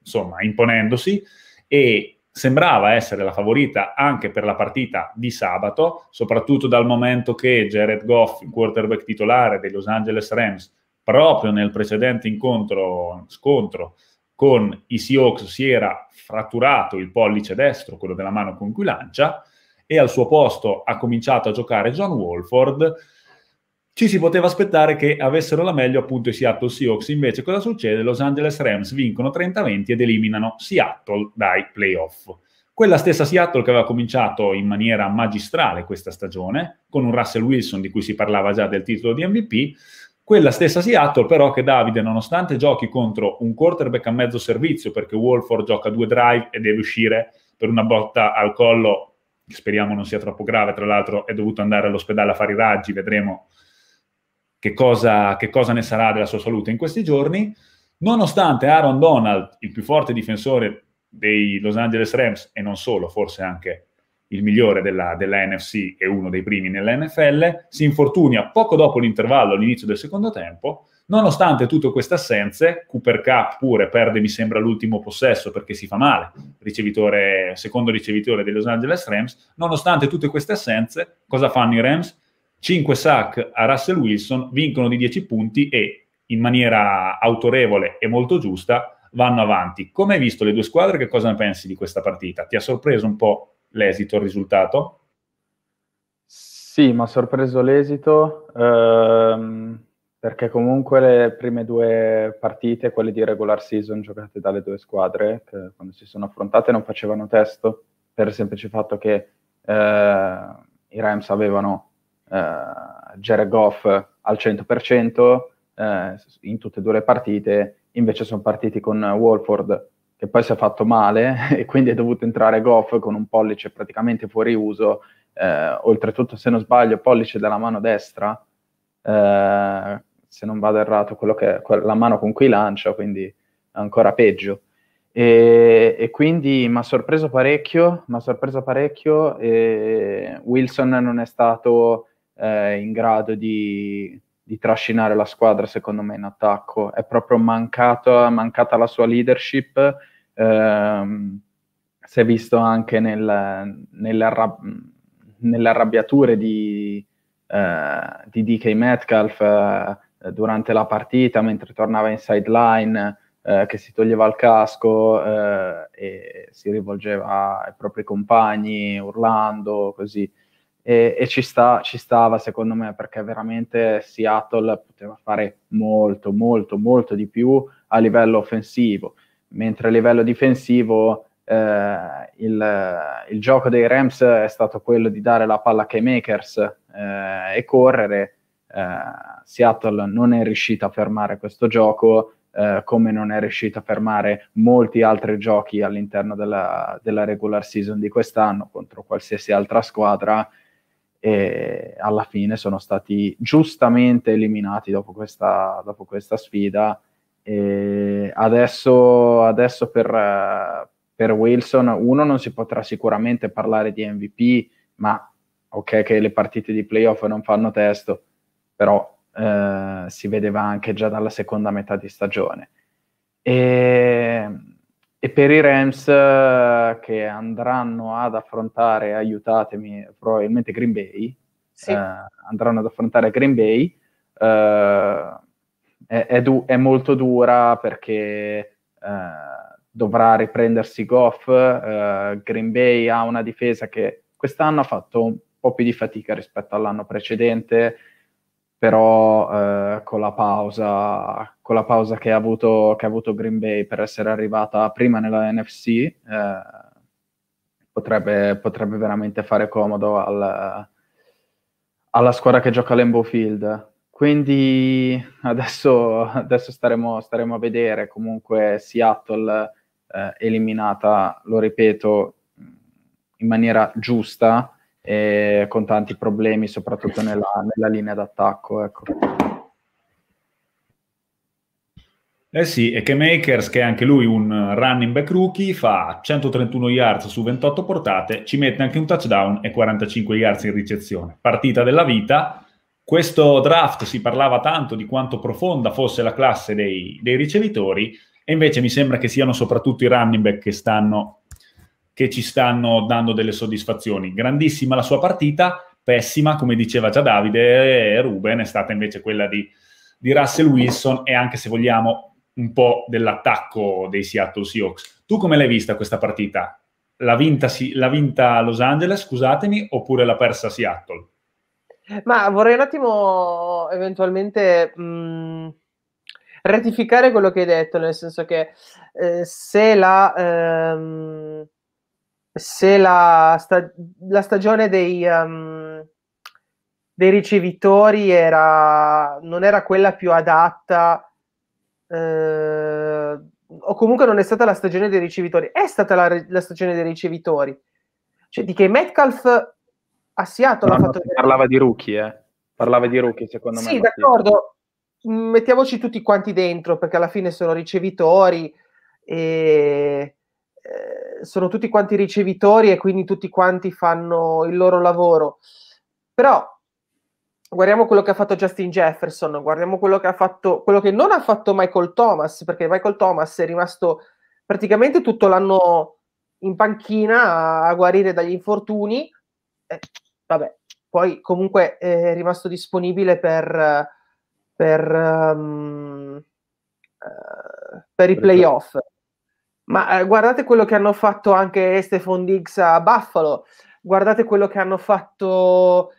insomma, imponendosi, e sembrava essere la favorita anche per la partita di sabato, soprattutto dal momento che Jared Goff, il quarterback titolare dei Los Angeles Rams, proprio nel precedente scontro con i Seahawks si era fratturato il pollice destro, quello della mano con cui lancia, e al suo posto ha cominciato a giocare John Wolford. Ci si poteva aspettare che avessero la meglio appunto i Seattle Seahawks. Invece cosa succede? Los Angeles Rams vincono 30-20 ed eliminano Seattle dai playoff. Quella stessa Seattle che aveva cominciato in maniera magistrale questa stagione, con un Russell Wilson di cui si parlava già del titolo di MVP, quella stessa Seattle però che Davide, nonostante giochi contro un quarterback a mezzo servizio, perché Wolford gioca 2 drive e deve uscire per una botta al collo, che speriamo non sia troppo grave, tra l'altro è dovuto andare all'ospedale a fare i raggi, vedremo che cosa ne sarà della sua salute in questi giorni. Nonostante Aaron Donald, il più forte difensore dei Los Angeles Rams, e non solo, forse anche il migliore della NFC e uno dei primi nella NFL, si infortuna poco dopo l'intervallo all'inizio del secondo tempo. Nonostante tutte queste assenze, Cooper Kupp pure perde, mi sembra, l'ultimo possesso perché si fa male, secondo ricevitore dei Los Angeles Rams. Nonostante tutte queste assenze, cosa fanno i Rams? 5 sack a Russell Wilson, vincono di 10 punti e in maniera autorevole e molto giusta vanno avanti. Come hai visto le due squadre? Che cosa ne pensi di questa partita? Ti ha sorpreso un po' l'esito, il risultato? Sì, mi ha sorpreso l'esito, perché comunque le prime 2 partite, quelle di regular season giocate dalle 2 squadre, che quando si sono affrontate non facevano testo, per il semplice fatto che i Rams avevano Jared Goff al 100% in tutte e 2 le partite, invece sono partiti con Wolford che poi si è fatto male e quindi è dovuto entrare Goff con un pollice praticamente fuori uso, oltretutto, se non sbaglio, pollice della mano destra, se non vado errato, quello che la mano con cui lancia, quindi ancora peggio. E quindi mi ha sorpreso parecchio, e Wilson non è stato in grado di trascinare la squadra, secondo me, in attacco. È proprio mancata la sua leadership. Si è visto anche nelle arrabbiature di DK Metcalf durante la partita, mentre tornava in sideline, che si toglieva il casco e si rivolgeva ai propri compagni urlando, così. E ci stava, secondo me, perché veramente Seattle poteva fare molto, molto, molto di più a livello offensivo, mentre a livello difensivo il gioco dei Rams è stato quello di dare la palla a K-Makers e correre. Seattle non è riuscita a fermare questo gioco, come non è riuscita a fermare molti altri giochi all'interno della regular season di quest'anno contro qualsiasi altra squadra, e alla fine sono stati giustamente eliminati dopo questa sfida. E adesso per Wilson, uno, non si potrà sicuramente parlare di MVP, ma ok che le partite di playoff non fanno testo, però si vedeva anche già dalla seconda metà di stagione. E per i Rams, che andranno ad affrontare, aiutatemi, probabilmente Green Bay, sì. Andranno ad affrontare Green Bay, è molto dura perché dovrà riprendersi Goff. Green Bay ha una difesa che quest'anno ha fatto un po' più di fatica rispetto all'anno precedente, però con la pausa che ha avuto Green Bay per essere arrivata prima nella NFC, potrebbe veramente fare comodo alla squadra che gioca a Lambeau Field. Quindi adesso staremo a vedere. Comunque Seattle eliminata, lo ripeto, in maniera giusta, con tanti problemi, soprattutto nella linea d'attacco, ecco. Sì, e K-Makers, che è anche lui un running back rookie, fa 131 yards su 28 portate, ci mette anche un touchdown e 45 yards in ricezione. Partita della vita. Questo draft si parlava tanto di quanto profonda fosse la classe dei ricevitori, e invece mi sembra che siano soprattutto i running back che ci stanno dando delle soddisfazioni. Grandissima la sua partita, pessima, come diceva già Davide, Ruben, è stata invece quella di Russell Wilson e anche, se vogliamo, un po' dell'attacco dei Seattle Seahawks. Tu come l'hai vista questa partita? L'ha vinta Los Angeles, scusatemi, oppure l'ha persa Seattle? Ma vorrei un attimo eventualmente rettificare quello che hai detto, nel senso che se la stagione dei ricevitori non era quella più adatta, o comunque non è stata la stagione dei ricevitori, è stata la stagione dei ricevitori. Cioè, di che Metcalf a Seattle ha fatto... Parlava di rookie, parlava di rookie, secondo me. Sì, d'accordo. Mettiamoci tutti quanti dentro, perché alla fine sono ricevitori e sono tutti quanti ricevitori e quindi tutti quanti fanno il loro lavoro. Però guardiamo quello che ha fatto Justin Jefferson, guardiamo quello che non ha fatto Michael Thomas, perché Michael Thomas è rimasto praticamente tutto l'anno in panchina a guarire dagli infortuni. Vabbè, poi comunque è rimasto disponibile per i playoff. Ma guardate quello che hanno fatto anche Stephon Diggs a Buffalo, guardate quello che hanno fatto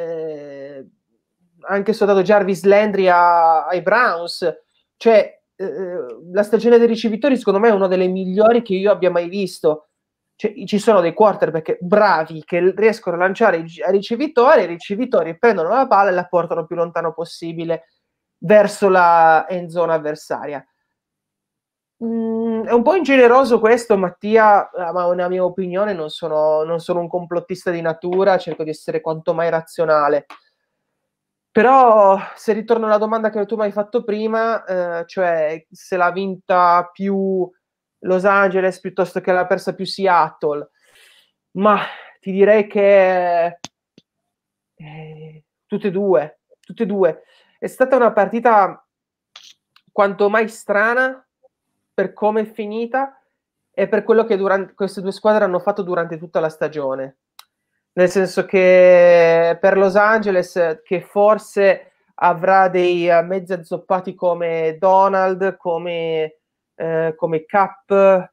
anche soldato Jarvis Landry ai Browns. Cioè la stagione dei ricevitori secondo me è una delle migliori che io abbia mai visto. Cioè, ci sono dei quarterback bravi che riescono a lanciare i ricevitori prendono la palla e la portano più lontano possibile verso la end zone avversaria. È un po' ingeneroso questo, Mattia, ma nella mia opinione non sono un complottista di natura, cerco di essere quanto mai razionale. Però se ritorno alla domanda che tu mi hai fatto prima, cioè se l'ha vinta più Los Angeles piuttosto che l'ha persa più Seattle, ma ti direi che tutte e due. È stata una partita quanto mai strana per come è finita e per quello che queste due squadre hanno fatto durante tutta la stagione. Nel senso che per Los Angeles, che forse avrà dei mezzi azzoppati come Donald, come Cup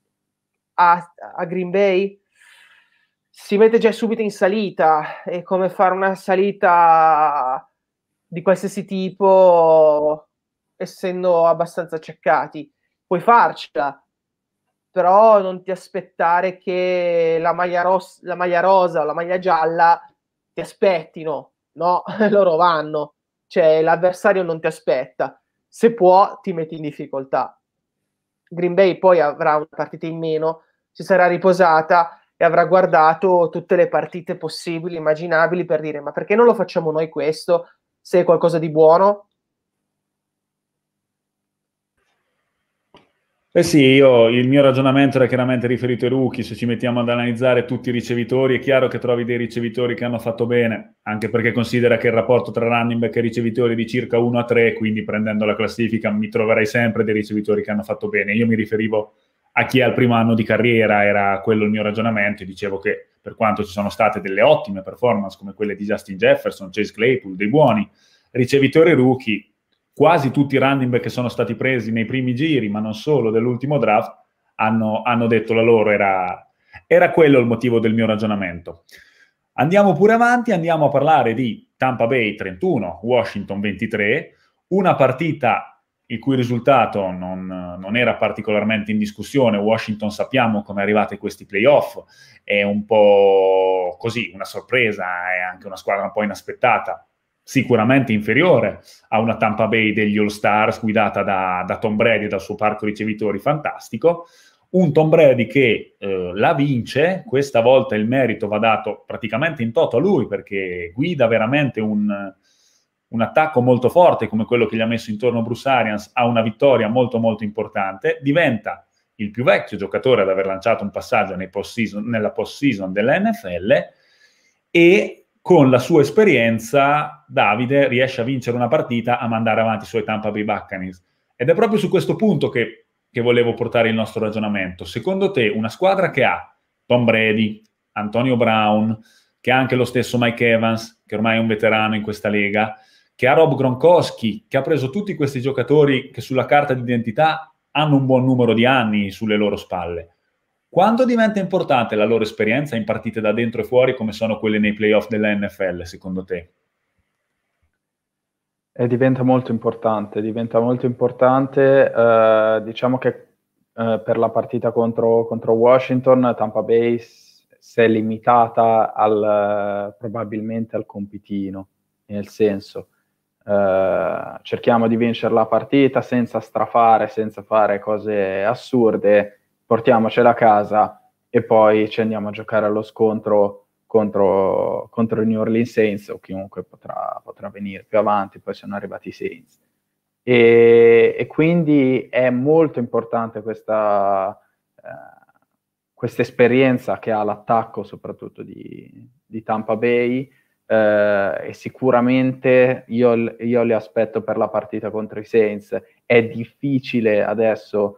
a Green Bay, si mette già subito in salita, e come fare una salita di qualsiasi tipo, essendo abbastanza acceccati, puoi farcela, però non ti aspettare che la maglia rosa o la maglia gialla ti aspettino, no? Loro vanno, cioè l'avversario non ti aspetta, se può ti metti in difficoltà. Green Bay poi avrà una partita in meno, si sarà riposata e avrà guardato tutte le partite possibili, immaginabili, per dire: ma perché non lo facciamo noi questo, se è qualcosa di buono? Sì, il mio ragionamento era chiaramente riferito ai rookie. Se ci mettiamo ad analizzare tutti i ricevitori, è chiaro che trovi dei ricevitori che hanno fatto bene, anche perché considera che il rapporto tra running back e ricevitori è di circa 1-3, quindi prendendo la classifica mi troverai sempre dei ricevitori che hanno fatto bene. Io mi riferivo a chi ha il primo anno di carriera, era quello il mio ragionamento, e dicevo che per quanto ci sono state delle ottime performance come quelle di Justin Jefferson, Chase Claypool, dei buoni ricevitori rookie, quasi tutti i running back che sono stati presi nei primi giri, ma non solo, dell'ultimo draft, hanno detto la loro, era quello il motivo del mio ragionamento. Andiamo pure avanti, andiamo a parlare di Tampa Bay 31, Washington 23, una partita il cui risultato non era particolarmente in discussione. Washington sappiamo come è arrivata in questi playoff, è un po' così, una sorpresa, è anche una squadra un po' inaspettata, sicuramente inferiore a una Tampa Bay degli All-Stars guidata da Tom Brady e dal suo parco ricevitori fantastico. Un Tom Brady che la vince, questa volta il merito va dato praticamente in toto a lui, perché guida veramente un attacco molto forte come quello che gli ha messo intorno Bruce Arians a una vittoria molto molto importante, diventa il più vecchio giocatore ad aver lanciato un passaggio nella post-season della NFL, e con la sua esperienza Davide riesce a vincere una partita, a mandare avanti i suoi Tampa Bay Buccaneers. Ed è proprio su questo punto che che volevo portare il nostro ragionamento. Secondo te, una squadra che ha Tom Brady, Antonio Brown, che ha anche lo stesso Mike Evans, che ormai è un veterano in questa lega, che ha Rob Gronkowski, che ha preso tutti questi giocatori che sulla carta d'identità hanno un buon numero di anni sulle loro spalle. Quando diventa importante la loro esperienza in partite da dentro e fuori come sono quelle nei playoff della NFL, secondo te? Diventa molto importante, diciamo che per la partita contro Washington, Tampa Bay si è limitata probabilmente al compitino, nel senso cerchiamo di vincere la partita senza strafare, senza fare cose assurde, portiamocela a casa e poi ci andiamo a giocare allo scontro contro i New Orleans Saints o chiunque potrà venire più avanti, poi sono arrivati i Saints. E quindi è molto importante questa esperienza che ha l'attacco, soprattutto di Tampa Bay, e sicuramente io li aspetto per la partita contro i Saints. È difficile adesso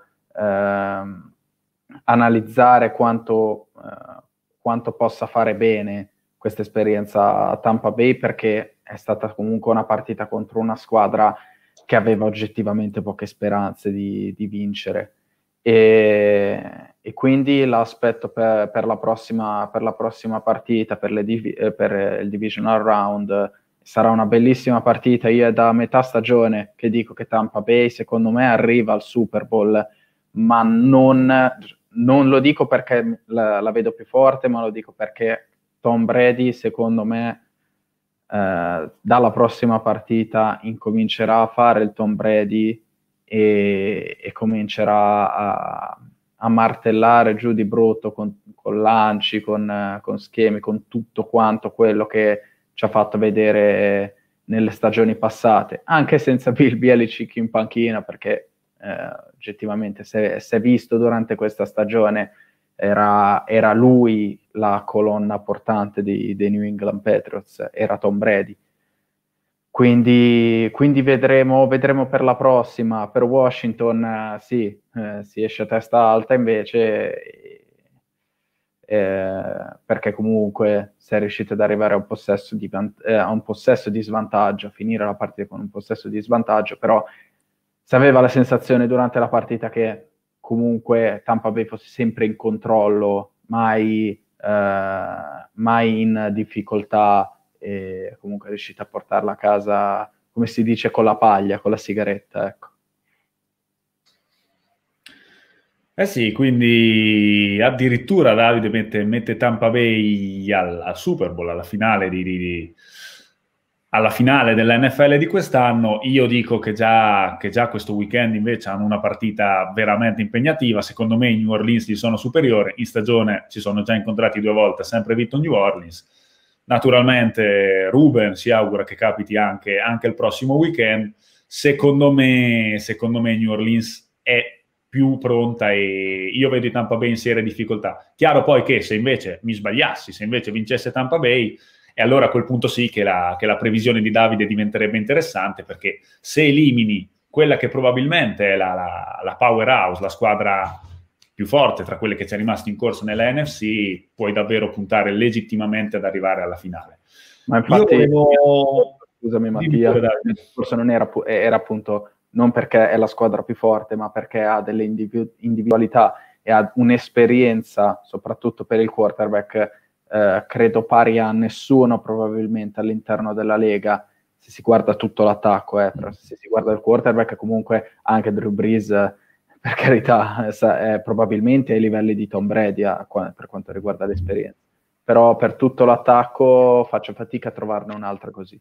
analizzare quanto possa fare bene questa esperienza a Tampa Bay, perché è stata comunque una partita contro una squadra che aveva oggettivamente poche speranze di vincere, e quindi l'aspetto per la prossima partita, per il divisional round. Sarà una bellissima partita. Io è da metà stagione che dico che Tampa Bay secondo me arriva al Super Bowl, ma non lo dico perché la vedo più forte, ma lo dico perché Tom Brady, secondo me, dalla prossima partita incomincerà a fare il Tom Brady e comincerà a martellare giù di brutto con lanci, con schemi, con tutto quanto quello che ci ha fatto vedere nelle stagioni passate, anche senza Bill Belichick in panchina, perché oggettivamente si è visto durante questa stagione era lui la colonna portante dei New England Patriots, era Tom Brady. Quindi vedremo per la prossima. Per Washington si esce a testa alta invece, perché comunque si è riuscito ad arrivare a un possesso di svantaggio, a finire la partita con un possesso di svantaggio, però si aveva la sensazione durante la partita che comunque Tampa Bay fosse sempre in controllo, mai in difficoltà, e comunque è riuscita a portarla a casa, come si dice, con la paglia, con la sigaretta, ecco. Sì, quindi addirittura Davide mette Tampa Bay al Super Bowl, alla finale alla finale dell'NFL di quest'anno. Io dico che già questo weekend invece hanno una partita veramente impegnativa. Secondo me i New Orleans gli sono superiori. In stagione ci sono già incontrati 2 volte, ha sempre vinto New Orleans. Naturalmente Ruben si augura che capiti anche il prossimo weekend. Secondo me New Orleans è più pronta e io vedo i Tampa Bay in seria difficoltà. Chiaro poi che se invece mi sbagliassi, se invece vincesse Tampa Bay, e allora a quel punto sì che la previsione di Davide diventerebbe interessante, perché se elimini quella che probabilmente è la powerhouse, la squadra più forte tra quelle che ci è rimasto in corso nella NFC, puoi davvero puntare legittimamente ad arrivare alla finale. Ma infatti, scusami Mattia, forse non era appunto non perché è la squadra più forte, ma perché ha delle individualità e ha un'esperienza, soprattutto per il quarterback, credo pari a nessuno probabilmente all'interno della Lega, se si guarda tutto l'attacco, però se si guarda il quarterback, comunque anche Drew Brees, per carità, è probabilmente ai livelli di Tom Brady per quanto riguarda l'esperienza, però per tutto l'attacco faccio fatica a trovarne un'altra così.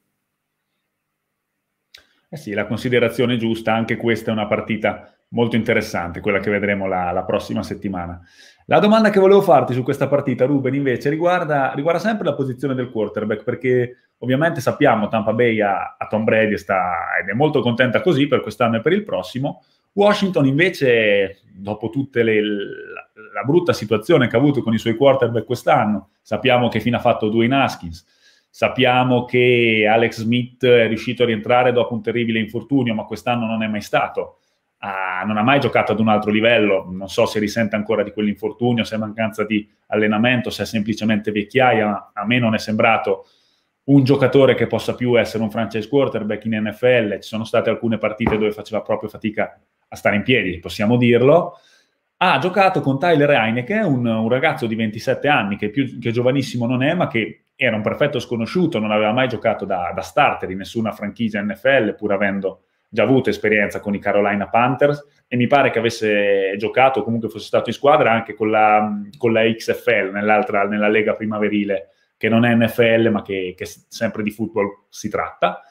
Sì, la considerazione giusta, anche questa è una partita molto interessante, quella che vedremo la prossima settimana. La domanda che volevo farti su questa partita, Ruben, invece, riguarda sempre la posizione del quarterback, perché ovviamente sappiamo Tampa Bay a Tom Brady ed è molto contenta così per quest'anno e per il prossimo. Washington invece, dopo tutta la brutta situazione che ha avuto con i suoi quarterback quest'anno, sappiamo che fine ha fatto Dwayne Haskins, sappiamo che Alex Smith è riuscito a rientrare dopo un terribile infortunio, ma quest'anno non è mai stato non ha mai giocato ad un altro livello, non so se risente ancora di quell'infortunio, se è mancanza di allenamento, se è semplicemente vecchiaia, ma a me non è sembrato un giocatore che possa più essere un franchise quarterback in NFL. Ci sono state alcune partite dove faceva proprio fatica a stare in piedi, possiamo dirlo. Ha giocato con Tyler Heineke, un ragazzo di 27 anni, che giovanissimo non è, ma che era un perfetto sconosciuto, non aveva mai giocato da starter in nessuna franchigia NFL, pur avendo già avuto esperienza con i Carolina Panthers, e mi pare che avesse giocato, comunque fosse stato in squadra anche con la XFL, nella lega primaverile, che non è NFL, ma che sempre di football si tratta.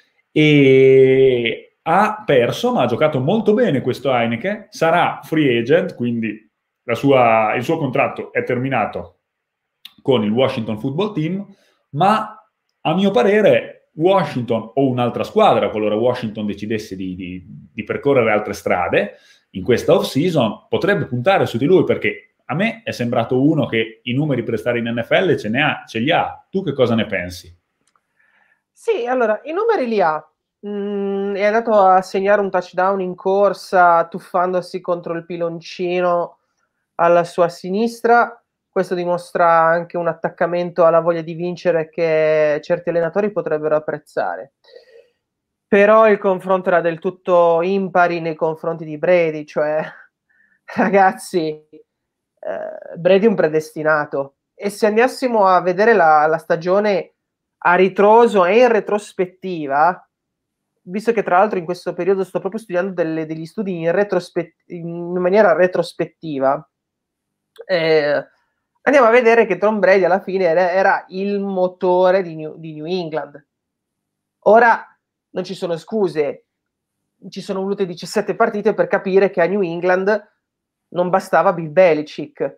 E ha perso, ma ha giocato molto bene questo Heineke, sarà free agent, quindi il suo contratto è terminato con il Washington Football Team, ma a mio parere Washington o un'altra squadra, qualora Washington decidesse di percorrere altre strade in questa off-season, potrebbe puntare su di lui, perché a me è sembrato uno che i numeri per stare in NFL ce li ha. Tu che cosa ne pensi? Sì, allora, i numeri li ha. È andato a segnare un touchdown in corsa, tuffandosi contro il piloncino alla sua sinistra. Questo dimostra anche un attaccamento alla voglia di vincere che certi allenatori potrebbero apprezzare. Però il confronto era del tutto impari nei confronti di Brady, cioè, ragazzi, Brady è un predestinato. E se andassimo a vedere la stagione a ritroso e in retrospettiva, visto che tra l'altro in questo periodo sto proprio studiando degli studi in maniera retrospettiva, andiamo a vedere che Tom Brady alla fine era il motore di New England. Ora non ci sono scuse, ci sono volute 17 partite per capire che a New England non bastava Bill Belichick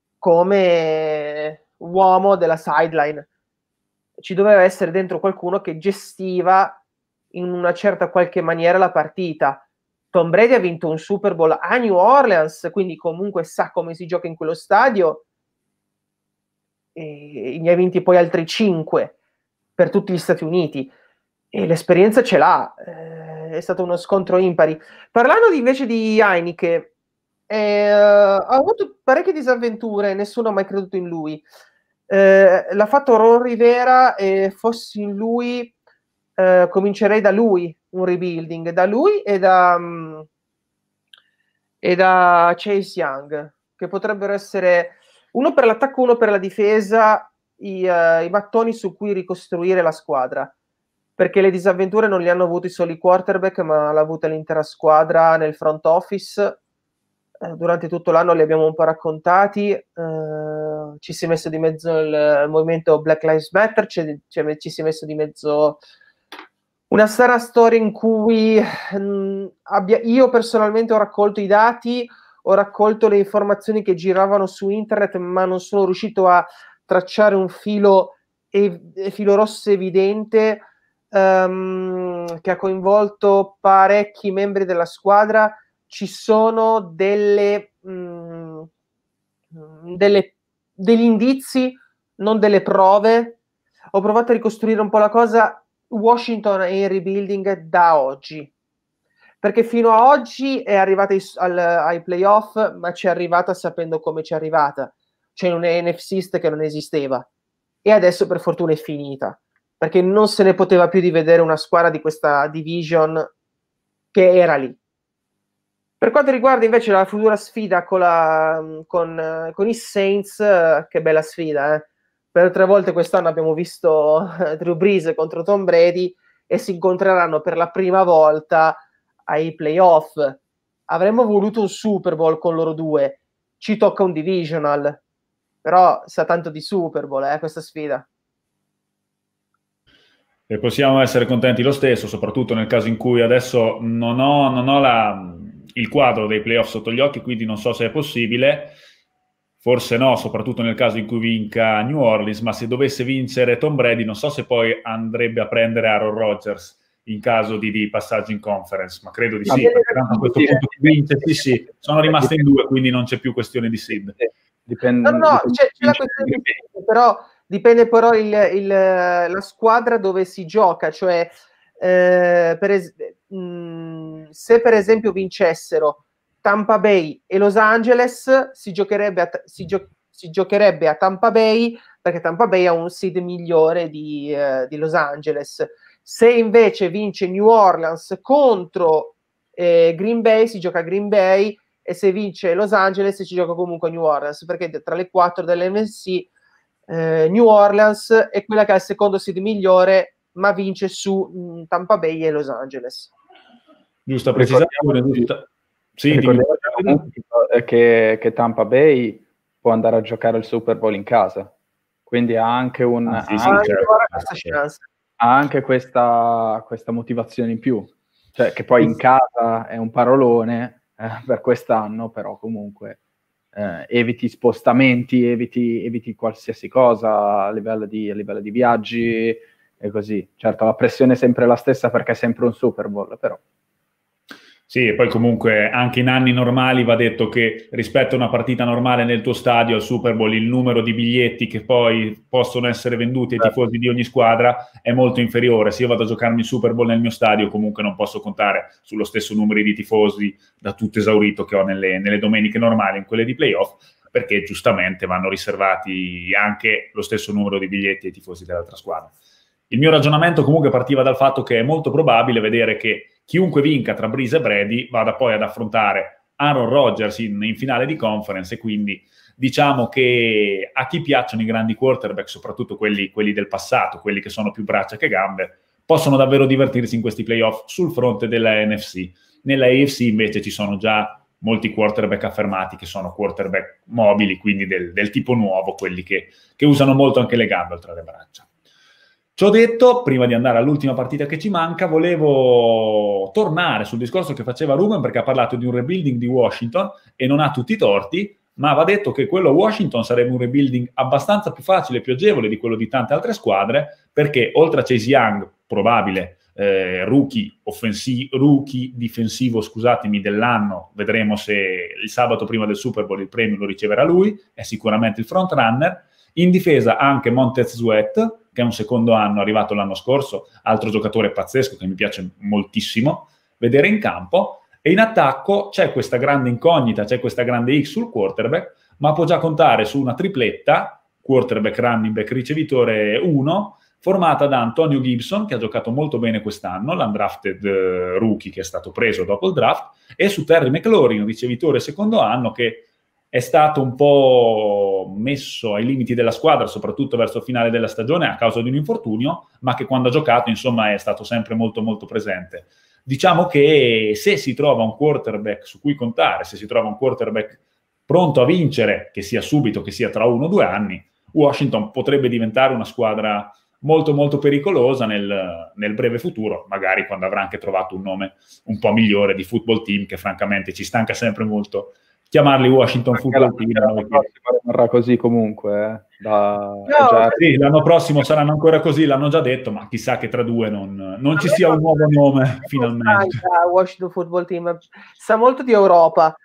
come uomo della sideline. Ci doveva essere dentro qualcuno che gestiva in una certa qualche maniera la partita. Tom Brady ha vinto un Super Bowl a New Orleans, quindi comunque sa come si gioca in quello stadio, e ne ha vinti poi altri 5 per tutti gli Stati Uniti, e l'esperienza ce l'ha. È stato uno scontro impari. Parlando invece di Heineke, ha avuto parecchie disavventure, nessuno ha mai creduto in lui. L'ha fatto Ron Rivera, e fossi in lui comincerei da lui un rebuilding, da lui e da Chase Young, che potrebbero essere uno per l'attacco, uno per la difesa, i mattoni su cui ricostruire la squadra, perché le disavventure non le hanno avuti solo i quarterback, ma l'ha avuta l'intera squadra nel front office. Durante tutto l'anno li abbiamo un po' raccontati, ci si è messo di mezzo il movimento Black Lives Matter, ci si è messo di mezzo una strana storia in cui io personalmente ho raccolto i dati, ho raccolto le informazioni che giravano su internet, ma non sono riuscito a tracciare un filo rosso evidente, che ha coinvolto parecchi membri della squadra. Ci sono degli indizi, non delle prove. Ho provato a ricostruire un po' la cosa. Washington è in rebuilding da oggi, perché fino a oggi è arrivata ai playoff, ma ci è arrivata sapendo come ci è arrivata, cioè in un NFC East che non esisteva, e adesso per fortuna è finita, perché non se ne poteva più di vedere una squadra di questa division che era lì. Per quanto riguarda invece la futura sfida con i Saints, che bella sfida, per 3 volte quest'anno abbiamo visto Drew Brees contro Tom Brady, e si incontreranno per la prima volta ai playoff. Avremmo voluto un Super Bowl con loro due, ci tocca un divisional, però sa tanto di Super Bowl questa sfida. E possiamo essere contenti lo stesso, soprattutto nel caso in cui adesso non ho il quadro dei playoff sotto gli occhi, quindi non so se è possibile. Forse no, soprattutto nel caso in cui vinca New Orleans, ma se dovesse vincere Tom Brady, non so se poi andrebbe a prendere Aaron Rodgers in caso di passaggio in conference, ma credo di sì, perché a questo punto chi vince, sì, sono rimaste in 2, quindi non c'è più questione di seed. Dipende, no, c'è la questione di seed, però dipende la squadra dove si gioca, cioè se per esempio vincessero Tampa Bay e Los Angeles, si giocherebbe a Tampa Bay, perché Tampa Bay ha un seed migliore di Los Angeles. Se invece vince New Orleans contro Green Bay, si gioca a Green Bay, e se vince Los Angeles si gioca comunque a New Orleans, perché tra le 4 dell'NFC New Orleans è quella che ha il secondo seed migliore, ma vince su Tampa Bay e Los Angeles. Giusta precisazione. Sì, che Tampa Bay può andare a giocare il Super Bowl in casa, quindi ha anche questa motivazione in più, cioè che poi in casa è un parolone per quest'anno, però comunque eviti spostamenti, eviti qualsiasi cosa a livello di viaggi e così. Certo, la pressione è sempre la stessa perché è sempre un Super Bowl, però. Sì, e poi comunque anche in anni normali va detto che rispetto a una partita normale nel tuo stadio al Super Bowl il numero di biglietti che poi possono essere venduti ai tifosi di ogni squadra è molto inferiore. Se io vado a giocarmi il Super Bowl nel mio stadio comunque non posso contare sullo stesso numero di tifosi da tutto esaurito che ho nelle domeniche normali, in quelle di playoff, perché giustamente vanno riservati anche lo stesso numero di biglietti ai tifosi dell'altra squadra. Il mio ragionamento comunque partiva dal fatto che è molto probabile vedere che chiunque vinca tra Breeze e Brady vada poi ad affrontare Aaron Rodgers in finale di conference, e quindi diciamo che a chi piacciono i grandi quarterback, soprattutto quelli del passato, quelli che sono più braccia che gambe, possono davvero divertirsi in questi playoff sul fronte della NFC. Nella AFC invece ci sono già molti quarterback affermati che sono quarterback mobili, quindi del tipo nuovo, quelli che usano molto anche le gambe oltre alle braccia. Ciò detto, prima di andare all'ultima partita che ci manca, volevo tornare sul discorso che faceva Ruben, perché ha parlato di un rebuilding di Washington e non ha tutti i torti, ma va detto che quello a Washington sarebbe un rebuilding abbastanza più facile e più agevole di quello di tante altre squadre, perché oltre a Chase Young, probabile rookie difensivo, scusatemi, dell'anno, vedremo se il sabato prima del Super Bowl il premio lo riceverà lui, è sicuramente il front runner. In difesa anche Montez Sweat, che è un secondo anno, arrivato l'anno scorso, altro giocatore pazzesco che mi piace moltissimo vedere in campo. E in attacco c'è questa grande incognita, c'è questa grande X sul quarterback, ma può già contare su una tripletta, quarterback, running back, ricevitore 1, formata da Antonio Gibson, che ha giocato molto bene quest'anno, l'undrafted rookie che è stato preso dopo il draft, e su Terry McLaurin, ricevitore secondo anno, che è stato un po' messo ai limiti della squadra, soprattutto verso il finale della stagione, a causa di un infortunio, ma che quando ha giocato, insomma, è stato sempre molto, molto presente. Diciamo che se si trova un quarterback su cui contare, se si trova un quarterback pronto a vincere, che sia subito, che sia tra 1 o 2 anni, Washington potrebbe diventare una squadra molto, molto pericolosa nel breve futuro, magari quando avrà anche trovato un nome un po' migliore di football team, che francamente ci stanca sempre molto chiamarli Washington Football Team. Rimarrà così comunque. Sì, l'anno prossimo saranno ancora così, l'hanno già detto, ma chissà che tra 2 non ci sia un nuovo nome finalmente. Washington Football Team sa molto di Europa,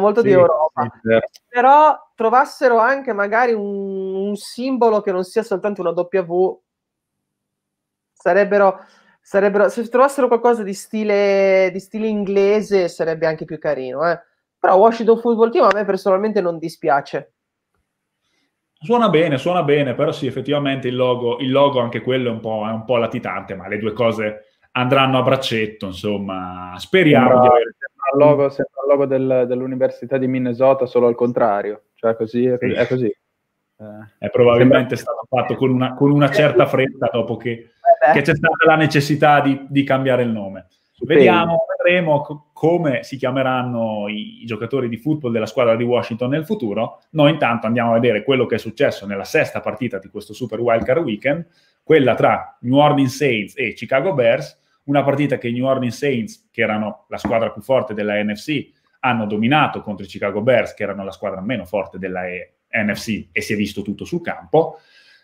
però trovassero anche magari un simbolo che non sia soltanto una W, sarebbero se trovassero qualcosa di stile inglese sarebbe anche più carino, Però Washington Football Team a me personalmente non dispiace. Suona bene, però sì, effettivamente il logo anche quello è un po' latitante, ma le due cose andranno a braccetto, insomma, speriamo di avere... Sembra il logo dell'Università di Minnesota, solo al contrario, cioè così, è così. È probabilmente stato fatto con una certa fretta dopo che c'è stata la necessità di cambiare il nome. Vedremo come si chiameranno i giocatori di football della squadra di Washington nel futuro. Noi intanto andiamo a vedere quello che è successo nella sesta partita di questo Super Wildcard Weekend, quella tra New Orleans Saints e Chicago Bears, una partita che i New Orleans Saints, che erano la squadra più forte della NFC, hanno dominato contro i Chicago Bears, che erano la squadra meno forte della NFC, e si è visto tutto sul campo.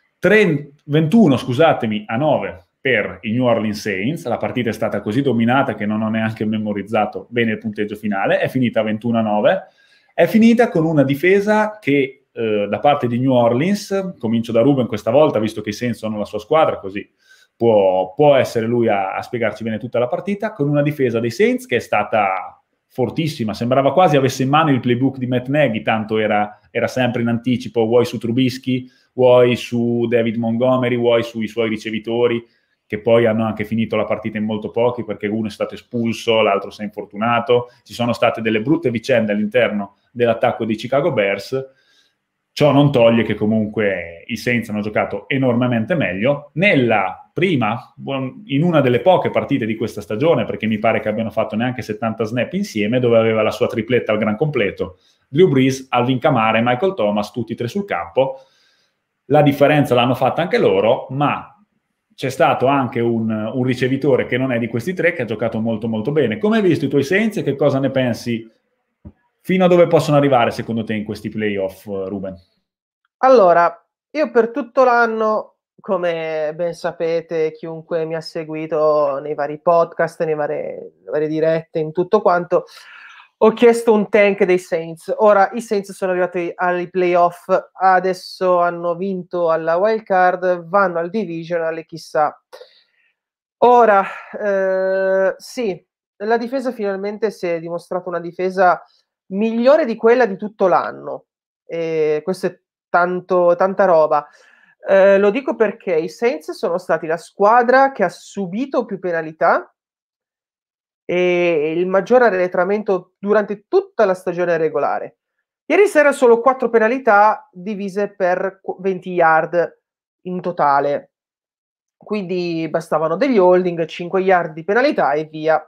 21-9 per i New Orleans Saints. La partita è stata così dominata che non ho neanche memorizzato bene il punteggio finale, è finita 21-9, è finita con una difesa che da parte di New Orleans, comincio da Ruben questa volta, visto che i Saints sono la sua squadra, così può essere lui a spiegarci bene tutta la partita, con una difesa dei Saints che è stata fortissima, sembrava quasi avesse in mano il playbook di Matt Nagy, tanto era sempre in anticipo, vuoi su Trubisky, vuoi su David Montgomery, vuoi sui suoi ricevitori, che poi hanno anche finito la partita in molto pochi, perché uno è stato espulso, l'altro si è infortunato, ci sono state delle brutte vicende all'interno dell'attacco dei Chicago Bears. Ciò non toglie che comunque i Saints hanno giocato enormemente meglio. In una delle poche partite di questa stagione, perché mi pare che abbiano fatto neanche 70 snap insieme, dove aveva la sua tripletta al gran completo, Drew Brees, Alvin Kamara e Michael Thomas, tutti e tre sul campo. La differenza l'hanno fatta anche loro, ma c'è stato anche un ricevitore che non è di questi tre, che ha giocato molto molto bene. Come hai visto i tuoi Saints e che cosa ne pensi? Fino a dove possono arrivare secondo te in questi playoff, Ruben? Allora, io per tutto l'anno, come ben sapete, chiunque mi ha seguito nei vari podcast, nei varie dirette, in tutto quanto, ho chiesto un tank dei Saints. Ora i Saints sono arrivati ai playoff, adesso hanno vinto alla wild card, vanno al divisional e chissà. Ora, sì, la difesa finalmente si è dimostrata una difesa migliore di quella di tutto l'anno. E questo è tanta roba. Lo dico perché i Saints sono stati la squadra che ha subito più penalità e il maggior arretramento durante tutta la stagione regolare. Ieri sera solo 4 penalità divise per 20 yard in totale. Quindi bastavano degli holding, 5 yard di penalità e via.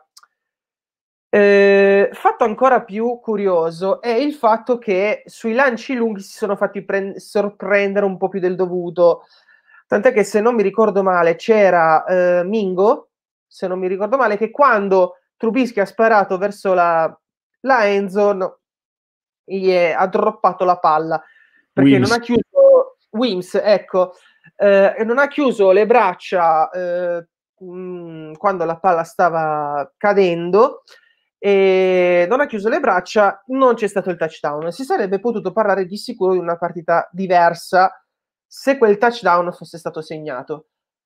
Fatto ancora più curioso è il fatto che sui lanci lunghi si sono fatti sorprendere un po' più del dovuto, tant'è che, se non mi ricordo male, c'era Mingo, se non mi ricordo male, che quando Trubisky ha sparato verso la endzone gli ha droppato la palla perché non ha chiuso Wims, ecco, non ha chiuso le braccia quando la palla stava cadendo, e non ha chiuso le braccia, non c'è stato il touchdown. Si sarebbe potuto parlare di sicuro di una partita diversa se quel touchdown fosse stato segnato.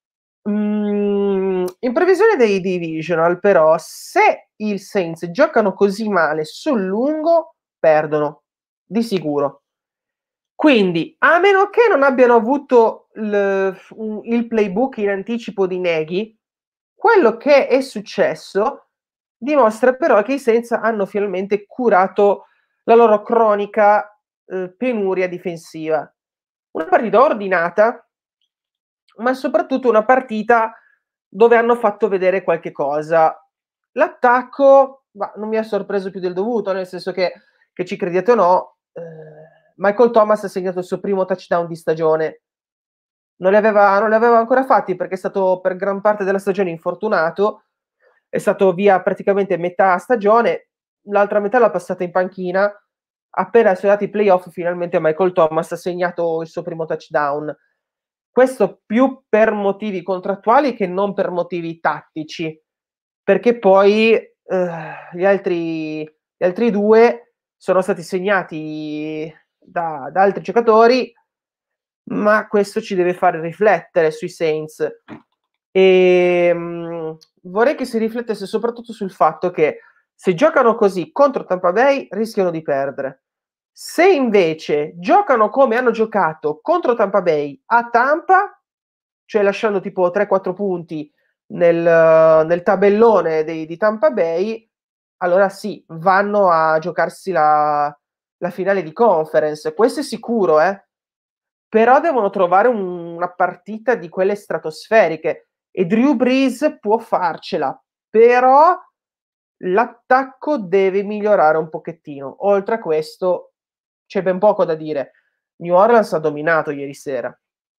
In previsione dei divisional, però, se i Saints giocano così male sul lungo, perdono di sicuro. Quindi, a meno che non abbiano avuto il playbook in anticipo di Nagy, quello che è successo dimostra però che i Saints hanno finalmente curato la loro cronica penuria difensiva. Una partita ordinata, ma soprattutto una partita dove hanno fatto vedere qualche cosa. L'attacco non mi ha sorpreso più del dovuto, nel senso che ci crediate o no, Michael Thomas ha segnato il suo primo touchdown di stagione. Non li aveva ancora fatti perché è stato per gran parte della stagione infortunato, è stato via praticamente metà stagione, l'altra metà l'ha passata in panchina. Appena sono andati i playoff, finalmente Michael Thomas ha segnato il suo primo touchdown. Questo più per motivi contrattuali che non per motivi tattici, perché poi gli altri due sono stati segnati da altri giocatori, ma questo ci deve fare riflettere sui Saints. E vorrei che si riflettesse soprattutto sul fatto che se giocano così contro Tampa Bay rischiano di perdere. Se invece giocano come hanno giocato contro Tampa Bay a Tampa, cioè lasciando tipo 3-4 punti nel tabellone di Tampa Bay, allora sì, vanno a giocarsi la finale di conference, questo è sicuro, però devono trovare una partita di quelle stratosferiche e Drew Brees può farcela, però l'attacco deve migliorare un pochettino. Oltre a questo c'è ben poco da dire. New Orleans ha dominato ieri sera.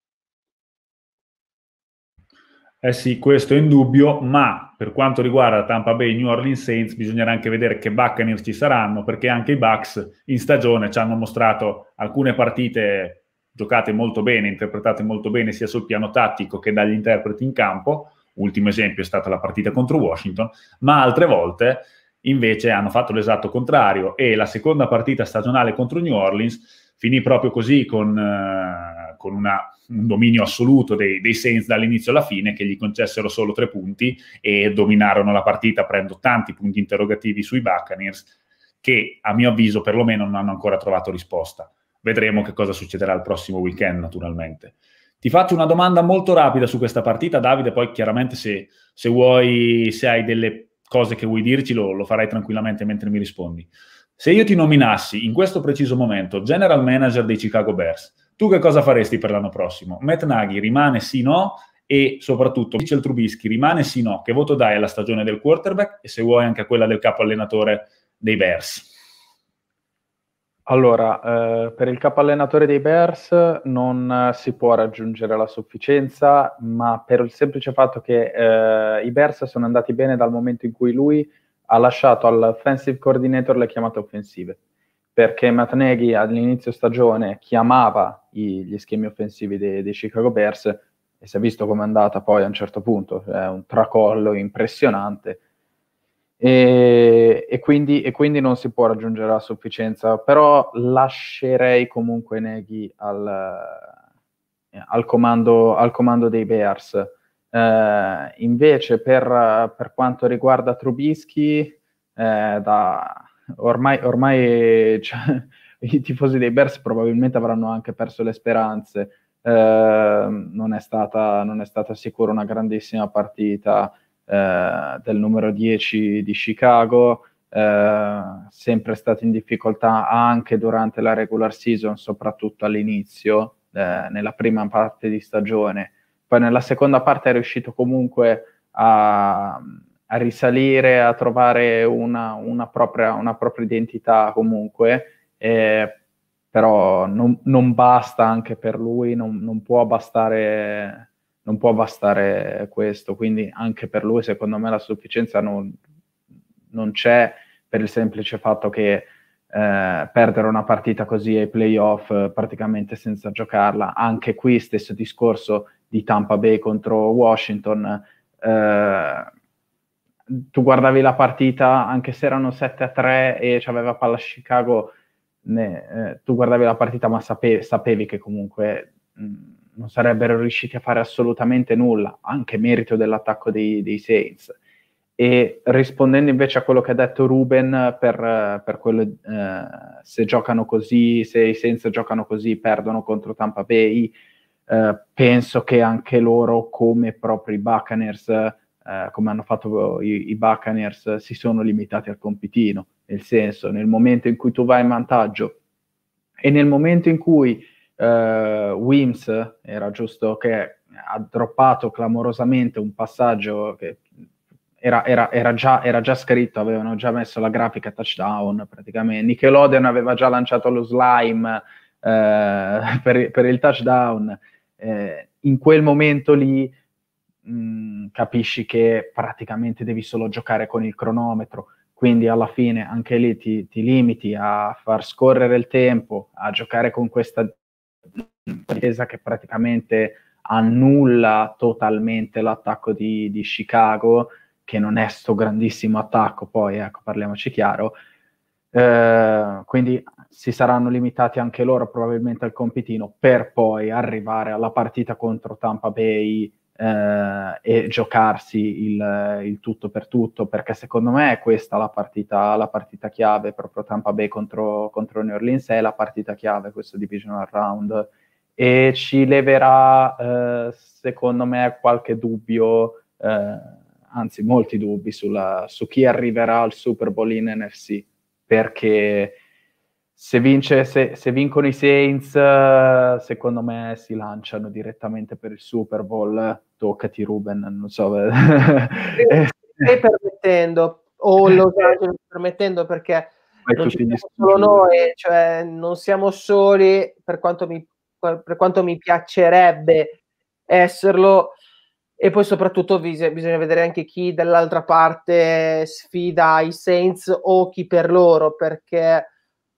Sì, questo è indubbio, ma per quanto riguarda Tampa Bay e New Orleans Saints bisognerà anche vedere che Buccaneers ci saranno, perché anche i Bucs in stagione ci hanno mostrato alcune partite giocate molto bene, interpretate molto bene sia sul piano tattico che dagli interpreti in campo. Ultimo esempio è stata la partita contro Washington, ma altre volte invece hanno fatto l'esatto contrario, e la seconda partita stagionale contro New Orleans finì proprio così, con un dominio assoluto dei Saints dall'inizio alla fine, che gli concessero solo 3 punti e dominarono la partita, prendo tanti punti interrogativi sui Buccaneers, che a mio avviso perlomeno non hanno ancora trovato risposta. Vedremo che cosa succederà il prossimo weekend, naturalmente. Ti faccio una domanda molto rapida su questa partita, Davide, poi chiaramente se hai delle cose che vuoi dirci lo farai tranquillamente mentre mi rispondi. Se io ti nominassi in questo preciso momento general manager dei Chicago Bears, tu che cosa faresti per l'anno prossimo? Matt Nagy rimane sì no? E soprattutto Mitchell Trubisky rimane sì no? Che voto dai alla stagione del quarterback e se vuoi anche a quella del capo allenatore dei Bears? Allora, per il capo allenatore dei Bears non si può raggiungere la sufficienza, ma per il semplice fatto che i Bears sono andati bene dal momento in cui lui ha lasciato all'offensive coordinator le chiamate offensive, perché Matt Nagy all'inizio stagione chiamava gli schemi offensivi dei Chicago Bears e si è visto com'è andata poi a un certo punto, è un tracollo impressionante. E quindi non si può raggiungere la sufficienza, però lascerei comunque Nagy al comando dei Bears. Invece per quanto riguarda Trubisky, ormai cioè, i tifosi dei Bears probabilmente avranno anche perso le speranze. Non è stata sicuro una grandissima partita del numero 10 di Chicago, sempre stato in difficoltà anche durante la regular season, soprattutto all'inizio, nella prima parte di stagione. Poi nella seconda parte è riuscito comunque a risalire, a trovare una propria identità comunque, però non basta anche per lui, non può bastare questo, quindi anche per lui secondo me la sufficienza non c'è, per il semplice fatto che perdere una partita così ai playoff praticamente senza giocarla, anche qui stesso discorso di Tampa Bay contro Washington, tu guardavi la partita anche se erano 7-3 e c'aveva palla Chicago, tu guardavi la partita ma sapevi che comunque non sarebbero riusciti a fare assolutamente nulla, anche merito dell'attacco dei Saints. E rispondendo invece a quello che ha detto Ruben per quello, se giocano così, se i Saints giocano così, perdono contro Tampa Bay, penso che anche loro, come proprio i Buccaneers, come hanno fatto i Buccaneers, si sono limitati al compitino, nel senso, nel momento in cui tu vai in vantaggio e nel momento in cui Wims era giusto che ha droppato clamorosamente un passaggio che era già scritto, avevano già messo la grafica touchdown praticamente, Nickelodeon aveva già lanciato lo slime per il touchdown, in quel momento lì capisci che praticamente devi solo giocare con il cronometro, quindi alla fine anche lì ti limiti a far scorrere il tempo, a giocare con questa difesa che praticamente annulla totalmente l'attacco di Chicago, che non è sto grandissimo attacco, poi ecco, parliamoci chiaro, quindi si saranno limitati anche loro probabilmente al compitino per poi arrivare alla partita contro Tampa Bay e giocarsi il tutto per tutto, perché secondo me è questa la partita chiave, proprio Tampa Bay contro New Orleans è la partita chiave, questo divisional round, e ci leverà secondo me qualche dubbio, anzi molti dubbi su chi arriverà al Super Bowl in NFC, perché se vincono i Saints, secondo me si lanciano direttamente per il Super Bowl. Toccati Ruben, non so. Stai permettendo, o Los Angeles permettendo, perché non ci siamo solo noi, cioè non siamo soli, per quanto mi piacerebbe esserlo, e poi soprattutto bisogna vedere anche chi dall'altra parte sfida i Saints o chi per loro, perché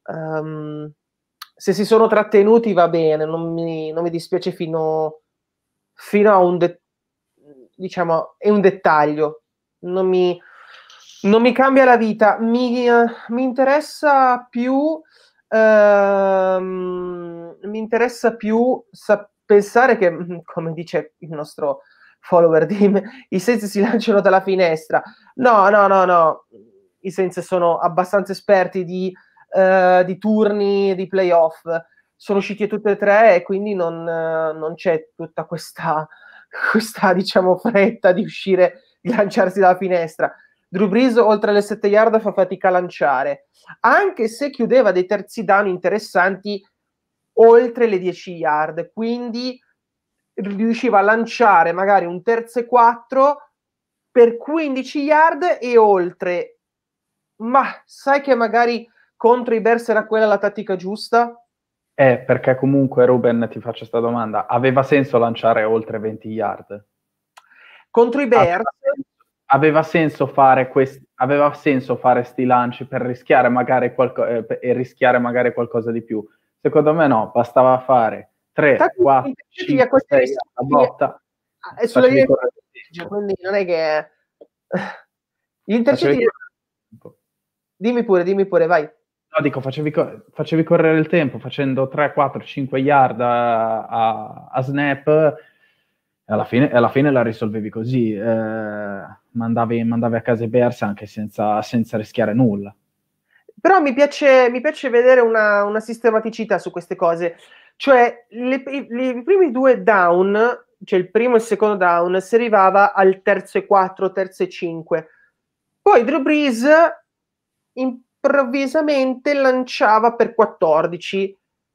se si sono trattenuti va bene, non mi dispiace fino a diciamo, è un dettaglio, non mi cambia la vita, mi interessa più Mi interessa più pensare che, come dice il nostro follower, i Saints si lanciano dalla finestra. No. I Saints sono abbastanza esperti di turni, di playoff. Sono usciti tutte e tre e quindi non c'è tutta questa diciamo fretta di uscire, di lanciarsi dalla finestra. Drew Brees oltre le 7 yard fa fatica a lanciare, anche se chiudeva dei terzi down interessanti oltre le 10 yard, quindi riusciva a lanciare magari un terzo e 4 per 15 yard e oltre. Ma sai che magari contro i Bears era quella la tattica giusta? Perché comunque, Ruben, ti faccio questa domanda, aveva senso lanciare oltre 20 yard? Contro i Bears? Aveva senso fare sti lanci per rischiare magari qualcosa di più? Secondo me no, bastava fare 3, 4, 5, 6 a botta. Sulla linea di quindi non è che gli intercetti. Dimmi pure, vai. No, dico, facevi correre il tempo facendo 3, 4, 5 yard a snap, e alla fine la risolvevi così, mandavi a casa i Bears anche senza rischiare nulla. Però mi piace vedere una sistematicità su queste cose, cioè i primi 2 down, cioè il primo e il secondo down, si arrivava al terzo e 4, terzo e 5. Poi Drew Brees improvvisamente lanciava per 14.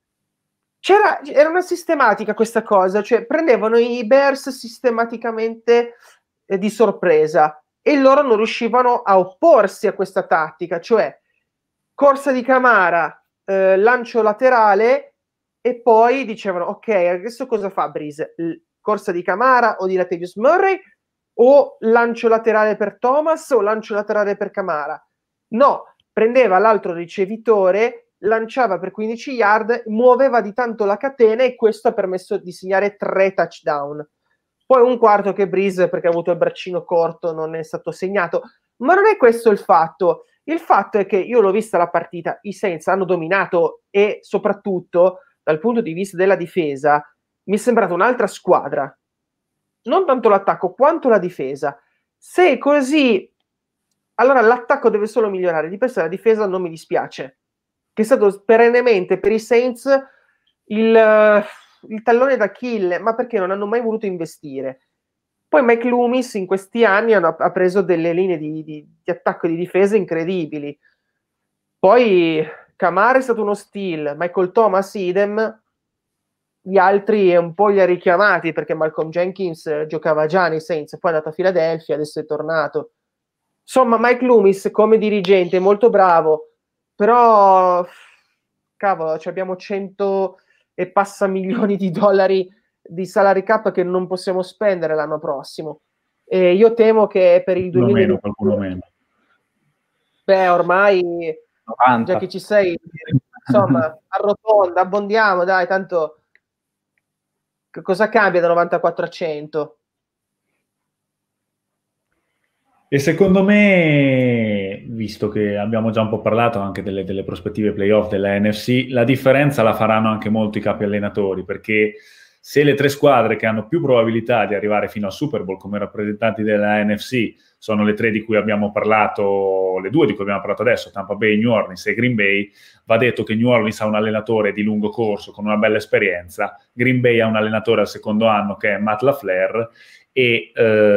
Era una sistematica questa cosa, cioè prendevano i Bears sistematicamente di sorpresa e loro non riuscivano a opporsi a questa tattica, cioè corsa di Kamara, lancio laterale, e poi dicevano ok, adesso cosa fa Brees? Corsa di Kamara o di Latavius Murray, o lancio laterale per Thomas o lancio laterale per Kamara? No, prendeva l'altro ricevitore, lanciava per 15 yard, muoveva di tanto la catena e questo ha permesso di segnare 3 touchdown. Poi un quarto che Brees, perché ha avuto il braccino corto, non è stato segnato. Ma non è questo il fatto. Il fatto è che io l'ho vista la partita, i Saints hanno dominato e soprattutto dal punto di vista della difesa mi è sembrata un'altra squadra. Non tanto l'attacco quanto la difesa. Se è così, allora l'attacco deve solo migliorare. Di per sé la difesa non mi dispiace, che è stato perennemente per i Saints il tallone d'Achille, ma perché non hanno mai voluto investire. Poi Mike Loomis in questi anni ha preso delle linee di attacco e di difesa incredibili. Poi Kamara è stato uno steal, Michael Thomas idem, gli altri un po' li ha richiamati perché Malcolm Jenkins giocava già nei Saints, poi è andato a Philadelphia, adesso è tornato. Insomma, Mike Loomis come dirigente è molto bravo, però cavolo, abbiamo 100 e passa milioni di dollari di salary cap che non possiamo spendere l'anno prossimo, e io temo che per il 2020 qualcuno meno. Beh, ormai 90. già che ci sei, insomma, arrotonda, abbondiamo, dai, tanto che cosa cambia da 94 a 100? E secondo me, visto che abbiamo già un po' parlato anche delle prospettive playoff della NFC, la differenza la faranno anche molto i capi allenatori, perché se le 3 squadre che hanno più probabilità di arrivare fino al Super Bowl come rappresentanti della NFC sono le 3 di cui abbiamo parlato, le 2 di cui abbiamo parlato adesso, Tampa Bay, New Orleans e Green Bay, va detto che New Orleans ha un allenatore di lungo corso con una bella esperienza, Green Bay ha un allenatore al secondo anno che è Matt LaFleur, e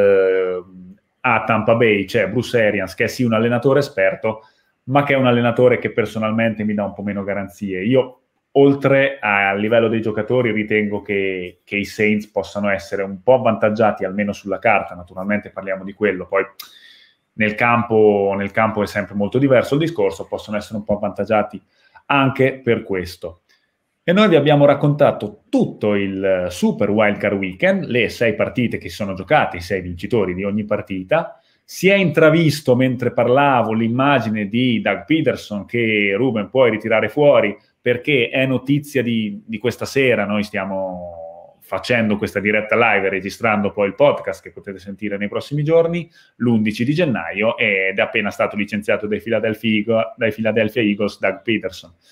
a Tampa Bay c'è Bruce Arians, che è sì un allenatore esperto, ma che è un allenatore che personalmente mi dà un po' meno garanzie. Io, oltre al livello dei giocatori, ritengo che i Saints possano essere un po' avvantaggiati, almeno sulla carta, naturalmente parliamo di quello, poi nel campo è sempre molto diverso il discorso, possono essere un po' avvantaggiati anche per questo. E noi vi abbiamo raccontato tutto il Super Wildcard Weekend, le 6 partite che si sono giocate, i 6 vincitori di ogni partita. Si è intravisto mentre parlavo l'immagine di Doug Peterson, che Ruben puoi ritirare fuori perché è notizia di questa sera. Noi stiamo facendo questa diretta live, registrando poi il podcast che potete sentire nei prossimi giorni, l'11 di gennaio, ed è appena stato licenziato dai Philadelphia Eagles Doug Peterson.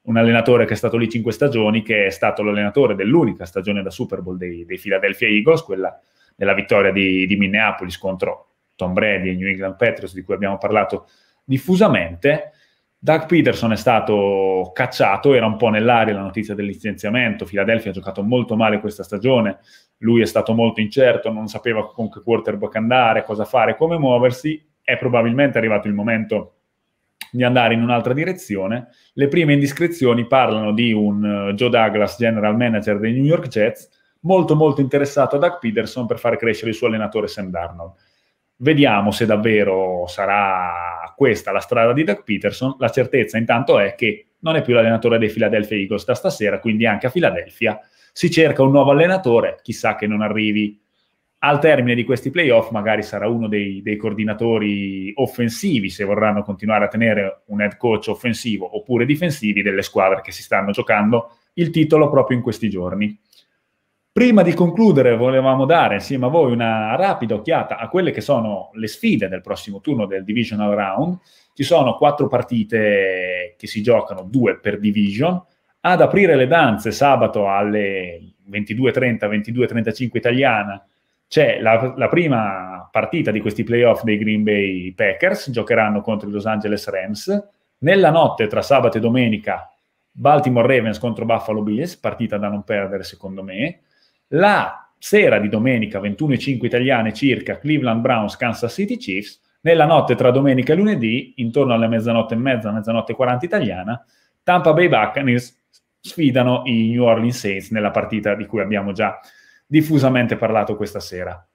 un allenatore che è stato lì 5 stagioni, che è stato l'allenatore dell'unica stagione da Super Bowl dei Philadelphia Eagles, quella della vittoria di Minneapolis contro Tom Brady e New England Patriots, di cui abbiamo parlato diffusamente. Doug Peterson è stato cacciato, era un po' nell'aria la notizia del licenziamento, Philadelphia ha giocato molto male questa stagione, lui è stato molto incerto, non sapeva con che quarterback andare, cosa fare, come muoversi, è probabilmente arrivato il momento di andare in un'altra direzione. Le prime indiscrezioni parlano di un Joe Douglas, general manager dei New York Jets, molto molto interessato a Doug Peterson per far crescere il suo allenatore Sam Darnold. Vediamo se davvero sarà questa la strada di Doug Peterson. La certezza intanto è che non è più l'allenatore dei Philadelphia Eagles da stasera, quindi anche a Philadelphia si cerca un nuovo allenatore, chissà che non arrivi al termine di questi playoff, magari sarà uno dei coordinatori offensivi, se vorranno continuare a tenere un head coach offensivo oppure difensivi delle squadre che si stanno giocando il titolo proprio in questi giorni. Prima di concludere volevamo dare insieme a voi una rapida occhiata a quelle che sono le sfide del prossimo turno del Divisional Round. Ci sono 4 partite che si giocano, 2 per division. Ad aprire le danze sabato alle 22:30, 22:35 italiana, c'è la prima partita di questi playoff dei Green Bay Packers, giocheranno contro i Los Angeles Rams. Nella notte tra sabato e domenica Baltimore Ravens contro Buffalo Bills, partita da non perdere secondo me. La sera di domenica 21:05 italiane circa, Cleveland Browns Kansas City Chiefs. Nella notte tra domenica e lunedì, intorno alle mezzanotte e mezza, mezzanotte e 40 italiana, Tampa Bay Buccaneers sfidano i New Orleans Saints nella partita di cui abbiamo già diffusamente parlato questa sera.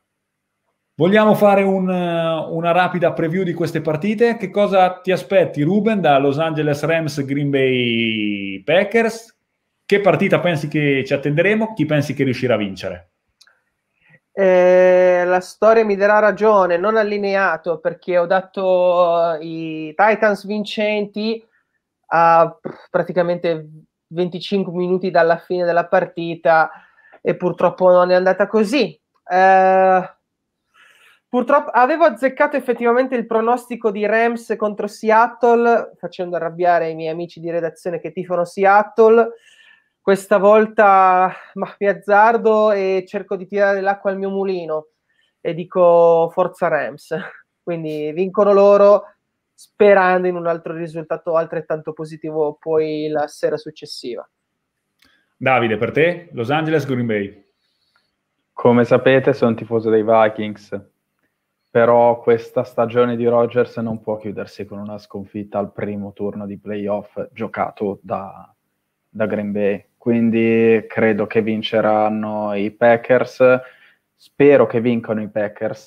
Vogliamo fare una rapida preview di queste partite? Che cosa ti aspetti, Ruben, da Los Angeles Rams Green Bay Packers? Che partita pensi che ci attenderemo? Chi pensi che riuscirà a vincere? La storia mi darà ragione, non allineato, perché ho dato i Titans vincenti a praticamente 25 minuti dalla fine della partita e purtroppo non è andata così. Purtroppo avevo azzeccato effettivamente il pronostico di Rams contro Seattle, facendo arrabbiare i miei amici di redazione che tifano Seattle. Questa volta mi azzardo e cerco di tirare l'acqua al mio mulino e dico forza Rams. Quindi vincono loro, sperando in un altro risultato altrettanto positivo poi la sera successiva. Davide, per te, Los Angeles Green Bay? Come sapete sono tifoso dei Vikings, però questa stagione di Rodgers non può chiudersi con una sconfitta al primo turno di playoff giocato da Green Bay, quindi credo che vinceranno i Packers. Spero che vincano i Packers,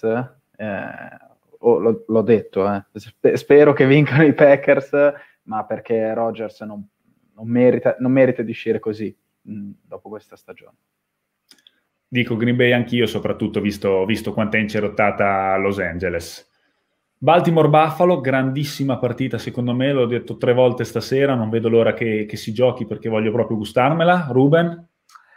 l'ho detto, spero che vincano i Packers, ma perché Rodgers non merita di uscire così dopo questa stagione. Dico Green Bay anch'io, soprattutto visto quanto è incerottata Los Angeles. Baltimore-Buffalo, grandissima partita secondo me, l'ho detto 3 volte stasera, non vedo l'ora che si giochi perché voglio proprio gustarmela. Ruben?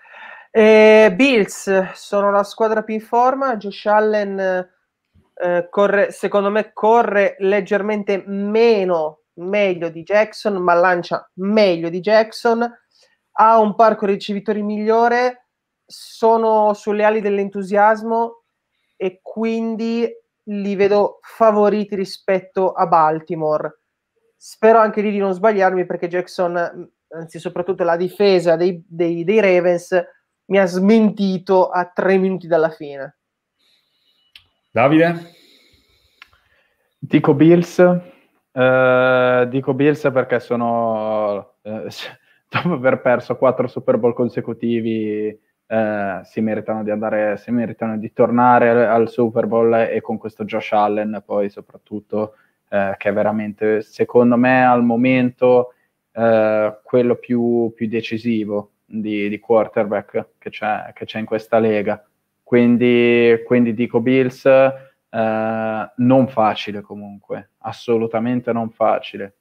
Bills sono la squadra più in forma, Josh Allen secondo me corre leggermente meglio di Jackson, ma lancia meglio di Jackson, ha un parco ricevitori migliore, sono sulle ali dell'entusiasmo e quindi li vedo favoriti rispetto a Baltimore. Spero anche lì di non sbagliarmi, perché Jackson, anzi soprattutto la difesa dei Ravens, mi ha smentito a 3 minuti dalla fine. Davide? Dico Bills perché sono dopo aver perso 4 Super Bowl consecutivi si meritano di tornare al Super Bowl, e con questo Josh Allen poi soprattutto che è veramente, secondo me al momento, quello più decisivo di quarterback che c'è in questa lega, quindi dico Bills. Non facile comunque, assolutamente non facile.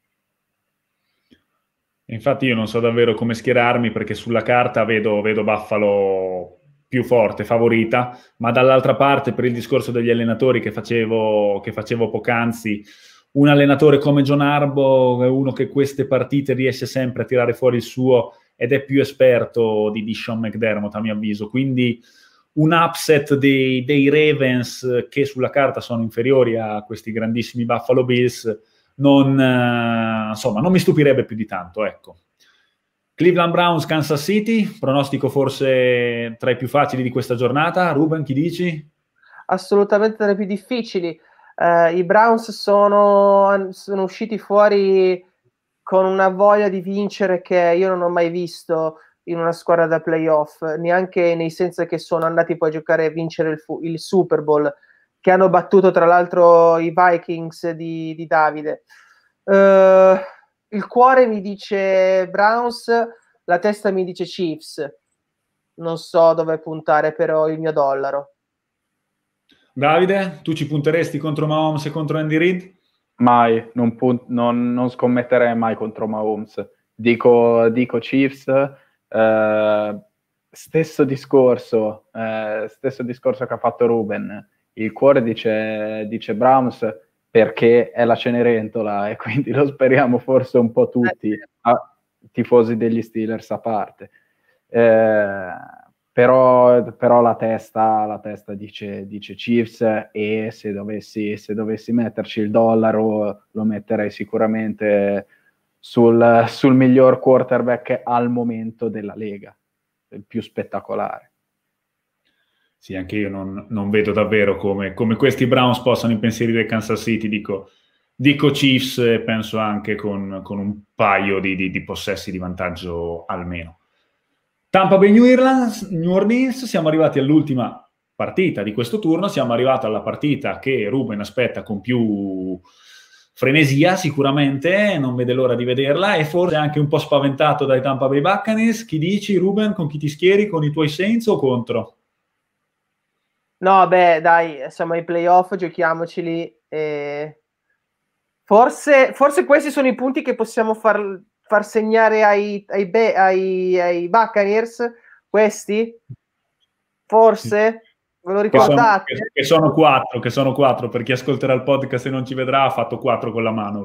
Infatti io non so davvero come schierarmi, perché sulla carta vedo Buffalo più forte, favorita, ma dall'altra parte, per il discorso degli allenatori che facevo poc'anzi, un allenatore come John Harbaugh è uno che queste partite riesce sempre a tirare fuori il suo ed è più esperto di Sean McDermott, a mio avviso. Quindi un upset dei Ravens, che sulla carta sono inferiori a questi grandissimi Buffalo Bills, insomma, non mi stupirebbe più di tanto, ecco. Cleveland Browns, Kansas City, pronostico forse tra i più facili di questa giornata. Ruben, chi dici? Assolutamente tra i più difficili. I Browns sono usciti fuori con una voglia di vincere che io non ho mai visto in una squadra da playoff, neanche nei sensi che sono andati poi a giocare e vincere il Super Bowl, che hanno battuto tra l'altro i Vikings di Davide. Il cuore mi dice Browns, la testa mi dice Chiefs. Non so dove puntare però il mio dollaro. Davide, tu ci punteresti contro Mahomes e contro Andy Reid? Mai, non scommetterei mai contro Mahomes. Dico Chiefs, stesso discorso che ha fatto Ruben. Il cuore dice Browns perché è la Cenerentola e quindi lo speriamo forse un po' tutti, tifosi degli Steelers a parte. Però la testa dice Chiefs, e se dovessi metterci il dollaro lo metterei sicuramente sul miglior quarterback al momento della Lega, il più spettacolare. Sì, anche io non vedo davvero come questi Browns possano impensierire Kansas City. Dico Chiefs, e penso anche con un paio di possessi di vantaggio almeno. Tampa Bay New Orleans, siamo arrivati all'ultima partita di questo turno, siamo arrivati alla partita che Ruben aspetta con più frenesia sicuramente, non vede l'ora di vederla, e forse anche un po' spaventato dai Tampa Bay Buccaneers. Chi dici, Ruben? Con chi ti schieri? Con i tuoi Saints o contro? No, beh, dai, siamo ai playoff, giochiamoceli. Forse questi sono i punti che possiamo far segnare ai Buccaneers, questi? Forse? Ve lo ricordate? Che sono quattro, per chi ascolterà il podcast e non ci vedrà, ha fatto 4 con la mano.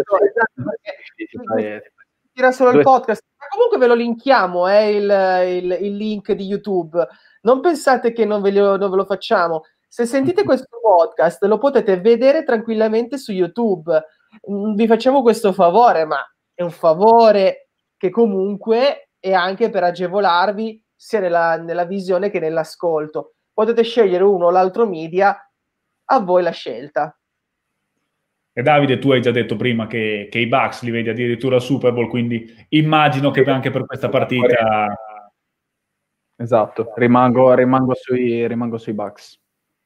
Esatto, tira solo il podcast. Comunque ve lo linkiamo, il link di YouTube. Non pensate che non ve lo facciamo. Se sentite questo podcast lo potete vedere tranquillamente su YouTube. Vi facciamo questo favore, ma è un favore che comunque è anche per agevolarvi sia nella visione che nell'ascolto. Potete scegliere uno o l'altro media, a voi la scelta. E Davide, tu hai già detto prima che i Bucks li vedi addirittura al Super Bowl, quindi immagino che anche per questa partita... Esatto, rimango sui Bucks.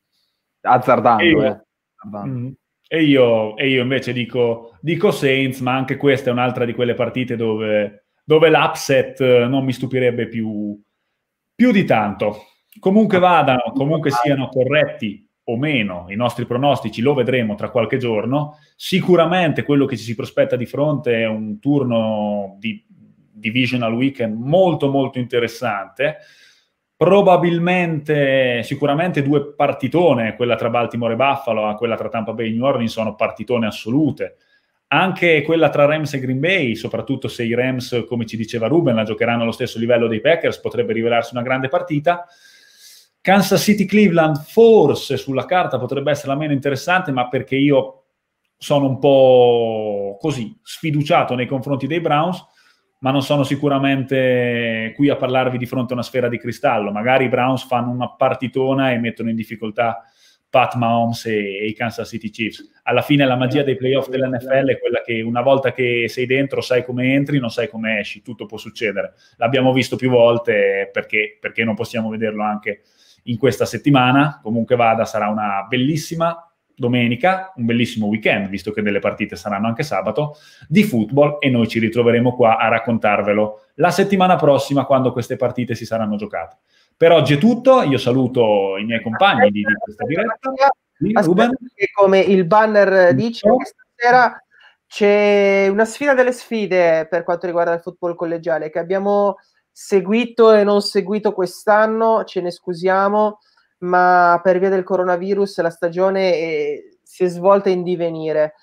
Azzardando, E io invece dico Saints, ma anche questa è un'altra di quelle partite dove l'upset non mi stupirebbe più di tanto. Comunque vadano, comunque siano corretti o meno i nostri pronostici, lo vedremo tra qualche giorno. Sicuramente quello che ci si prospetta di fronte è un turno di divisional weekend molto molto interessante. Probabilmente, sicuramente 2 partitone, quella tra Baltimore e Buffalo, quella tra Tampa Bay e New Orleans, sono partitone assolute. Anche quella tra Rams e Green Bay, soprattutto se i Rams, come ci diceva Ruben, la giocheranno allo stesso livello dei Packers, potrebbe rivelarsi una grande partita. Kansas City-Cleveland forse sulla carta potrebbe essere la meno interessante, ma perché io sono un po' così sfiduciato nei confronti dei Browns, ma non sono sicuramente qui a parlarvi di fronte a una sfera di cristallo. Magari i Browns fanno una partitona e mettono in difficoltà Pat Mahomes e i Kansas City Chiefs. Alla fine la magia dei playoff dell'NFL è quella che una volta che sei dentro sai come entri, non sai come esci, tutto può succedere. L'abbiamo visto più volte, perché non possiamo vederlo anche in questa settimana. Comunque vada, sarà una bellissima domenica, un bellissimo weekend, visto che delle partite saranno anche sabato, di football, e noi ci ritroveremo qua a raccontarvelo la settimana prossima quando queste partite si saranno giocate. Per oggi è tutto, io saluto i miei compagni di questa diretta. Ruben? Come il banner dice, stasera c'è una sfida delle sfide per quanto riguarda il football collegiale che abbiamo seguito e non seguito quest'anno, ce ne scusiamo, ma per via del coronavirus la stagione si è svolta in divenire.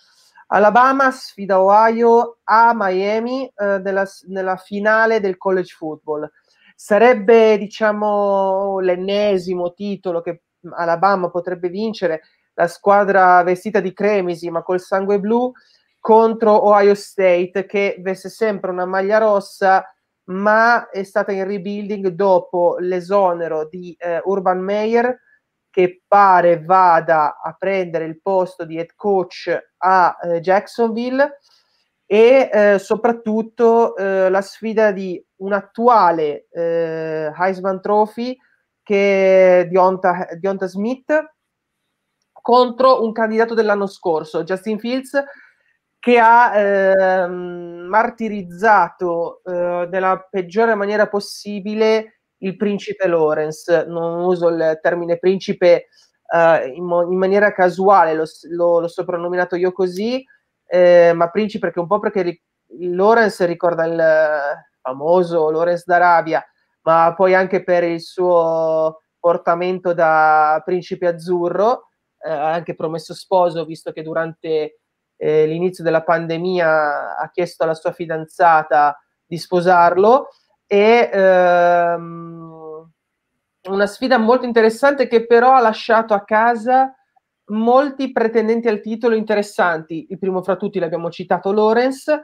Alabama sfida Ohio a Miami nella finale del college football. Sarebbe, diciamo, l'ennesimo titolo che Alabama potrebbe vincere, la squadra vestita di cremisi ma col sangue blu contro Ohio State, che veste sempre una maglia rossa ma è stata in rebuilding dopo l'esonero di Urban Meyer, che pare vada a prendere il posto di head coach a Jacksonville, e soprattutto la sfida di un attuale Heisman Trophy, che è Deonta Smith, contro un candidato dell'anno scorso, Justin Fields, che ha martirizzato nella peggiore maniera possibile il principe Lawrence. Non uso il termine principe in maniera casuale, l'ho soprannominato io così, ma principe perché un po' perché Lawrence ricorda il famoso Lawrence d'Arabia, ma poi anche per il suo portamento da principe azzurro, anche promesso sposo, visto che durante l'inizio della pandemia ha chiesto alla sua fidanzata di sposarlo, e una sfida molto interessante che però ha lasciato a casa molti pretendenti al titolo interessanti. Il primo fra tutti l'abbiamo citato, Lawrence.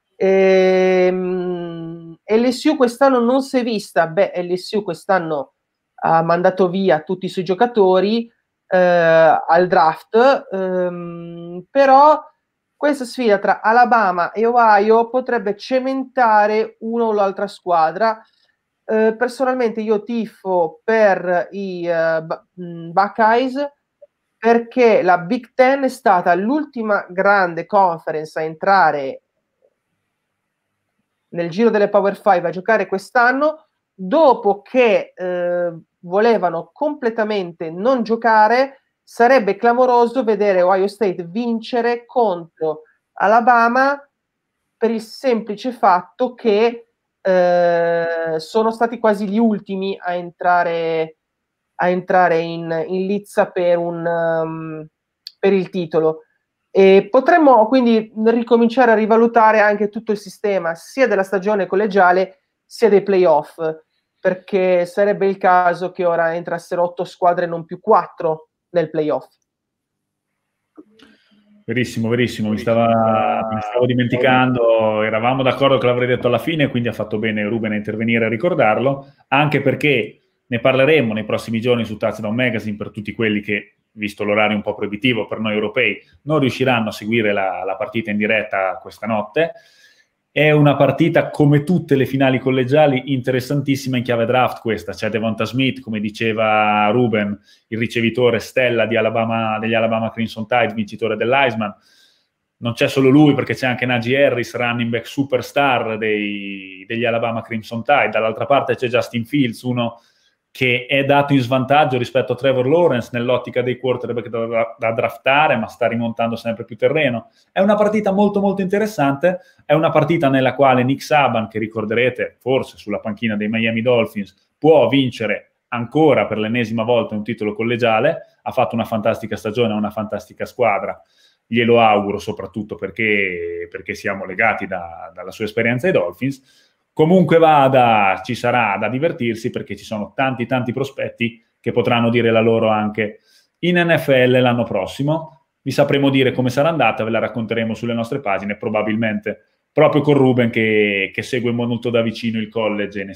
LSU quest'anno non si è vista. LSU quest'anno ha mandato via tutti i suoi giocatori al draft, però questa sfida tra Alabama e Ohio potrebbe cementare una o l'altra squadra. Personalmente io tifo per i Buckeyes, perché la Big Ten è stata l'ultima grande conference a entrare nel giro delle Power 5 a giocare quest'anno, dopo che volevano completamente non giocare. Sarebbe clamoroso vedere Ohio State vincere contro Alabama per il semplice fatto che sono stati quasi gli ultimi a entrare in lizza per il titolo. E potremmo quindi ricominciare a rivalutare anche tutto il sistema sia della stagione collegiale sia dei playoff, perché sarebbe il caso che ora entrassero 8 squadre non più 4 nel playoff. Verissimo, mi stavo dimenticando, eravamo d'accordo che l'avrei detto alla fine, quindi ha fatto bene Ruben a intervenire e a ricordarlo, anche perché ne parleremo nei prossimi giorni su Touchdown Magazine per tutti quelli che, visto l'orario un po' proibitivo per noi europei, non riusciranno a seguire la partita in diretta questa notte. È una partita, come tutte le finali collegiali, interessantissima in chiave draft questa. C'è Devonta Smith, come diceva Ruben, il ricevitore stella degli Alabama Crimson Tide, vincitore dell'Heisman. Non c'è solo lui, perché c'è anche Najee Harris, running back superstar degli Alabama Crimson Tide. Dall'altra parte c'è Justin Fields, uno che è dato in svantaggio rispetto a Trevor Lawrence nell'ottica dei quarterback da draftare, ma sta rimontando sempre più terreno. È una partita molto molto interessante, è una partita nella quale Nick Saban, che ricorderete forse sulla panchina dei Miami Dolphins, può vincere ancora per l'ennesima volta un titolo collegiale. Ha fatto una fantastica stagione, ha una fantastica squadra, glielo auguro soprattutto perché siamo legati dalla sua esperienza ai Dolphins. Comunque vada, ci sarà da divertirsi, perché ci sono tanti prospetti che potranno dire la loro anche in NFL l'anno prossimo. Vi sapremo dire come sarà andata, ve la racconteremo sulle nostre pagine, probabilmente proprio con Ruben che segue molto da vicino il college e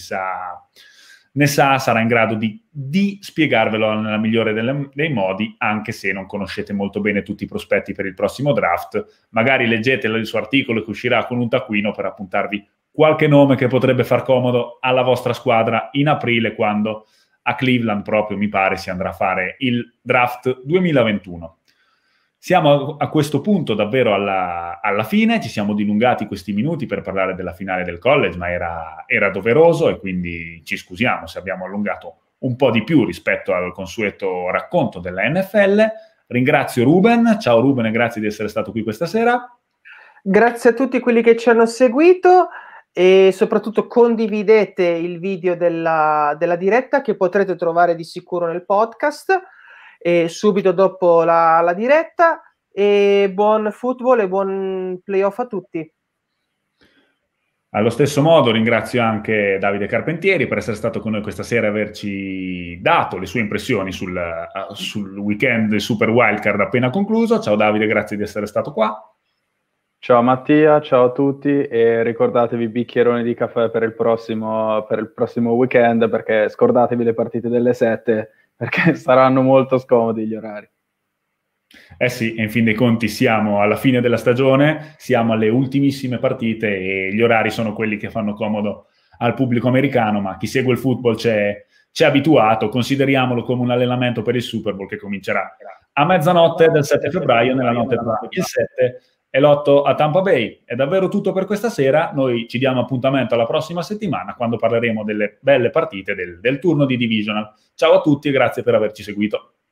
sarà in grado di spiegarvelo nella migliore dei modi, anche se non conoscete molto bene tutti i prospetti per il prossimo draft. Magari leggete il suo articolo che uscirà con un taccuino per appuntarvi qualche nome che potrebbe far comodo alla vostra squadra in aprile, quando a Cleveland proprio, mi pare, si andrà a fare il draft 2021. Siamo a questo punto davvero alla fine, ci siamo dilungati questi minuti per parlare della finale del college, ma era doveroso, e quindi ci scusiamo se abbiamo allungato un po' di più rispetto al consueto racconto della NFL. Ringrazio Ruben, ciao Ruben e grazie di essere stato qui questa sera. Grazie a tutti quelli che ci hanno seguito, e soprattutto condividete il video della diretta, che potrete trovare di sicuro nel podcast subito dopo la diretta. e buon football e buon playoff a tutti. Allo stesso modo ringrazio anche Davide Carpentieri per essere stato con noi questa sera e averci dato le sue impressioni sul weekend del Super Wildcard appena concluso. Ciao Davide, grazie di essere stato qua. Ciao Mattia, ciao a tutti e ricordatevi bicchieroni di caffè per il prossimo weekend, perché scordatevi le partite delle 7 perché saranno molto scomodi gli orari. Eh sì, in fin dei conti siamo alla fine della stagione, siamo alle ultimissime partite e gli orari sono quelli che fanno comodo al pubblico americano, ma chi segue il football c'è abituato, consideriamolo come un allenamento per il Super Bowl che comincerà a mezzanotte del 7 febbraio, nella notte tra il 7 e l'8 a Tampa Bay. È davvero tutto per questa sera, noi ci diamo appuntamento alla prossima settimana quando parleremo delle belle partite del turno di Divisional. Ciao a tutti e grazie per averci seguito.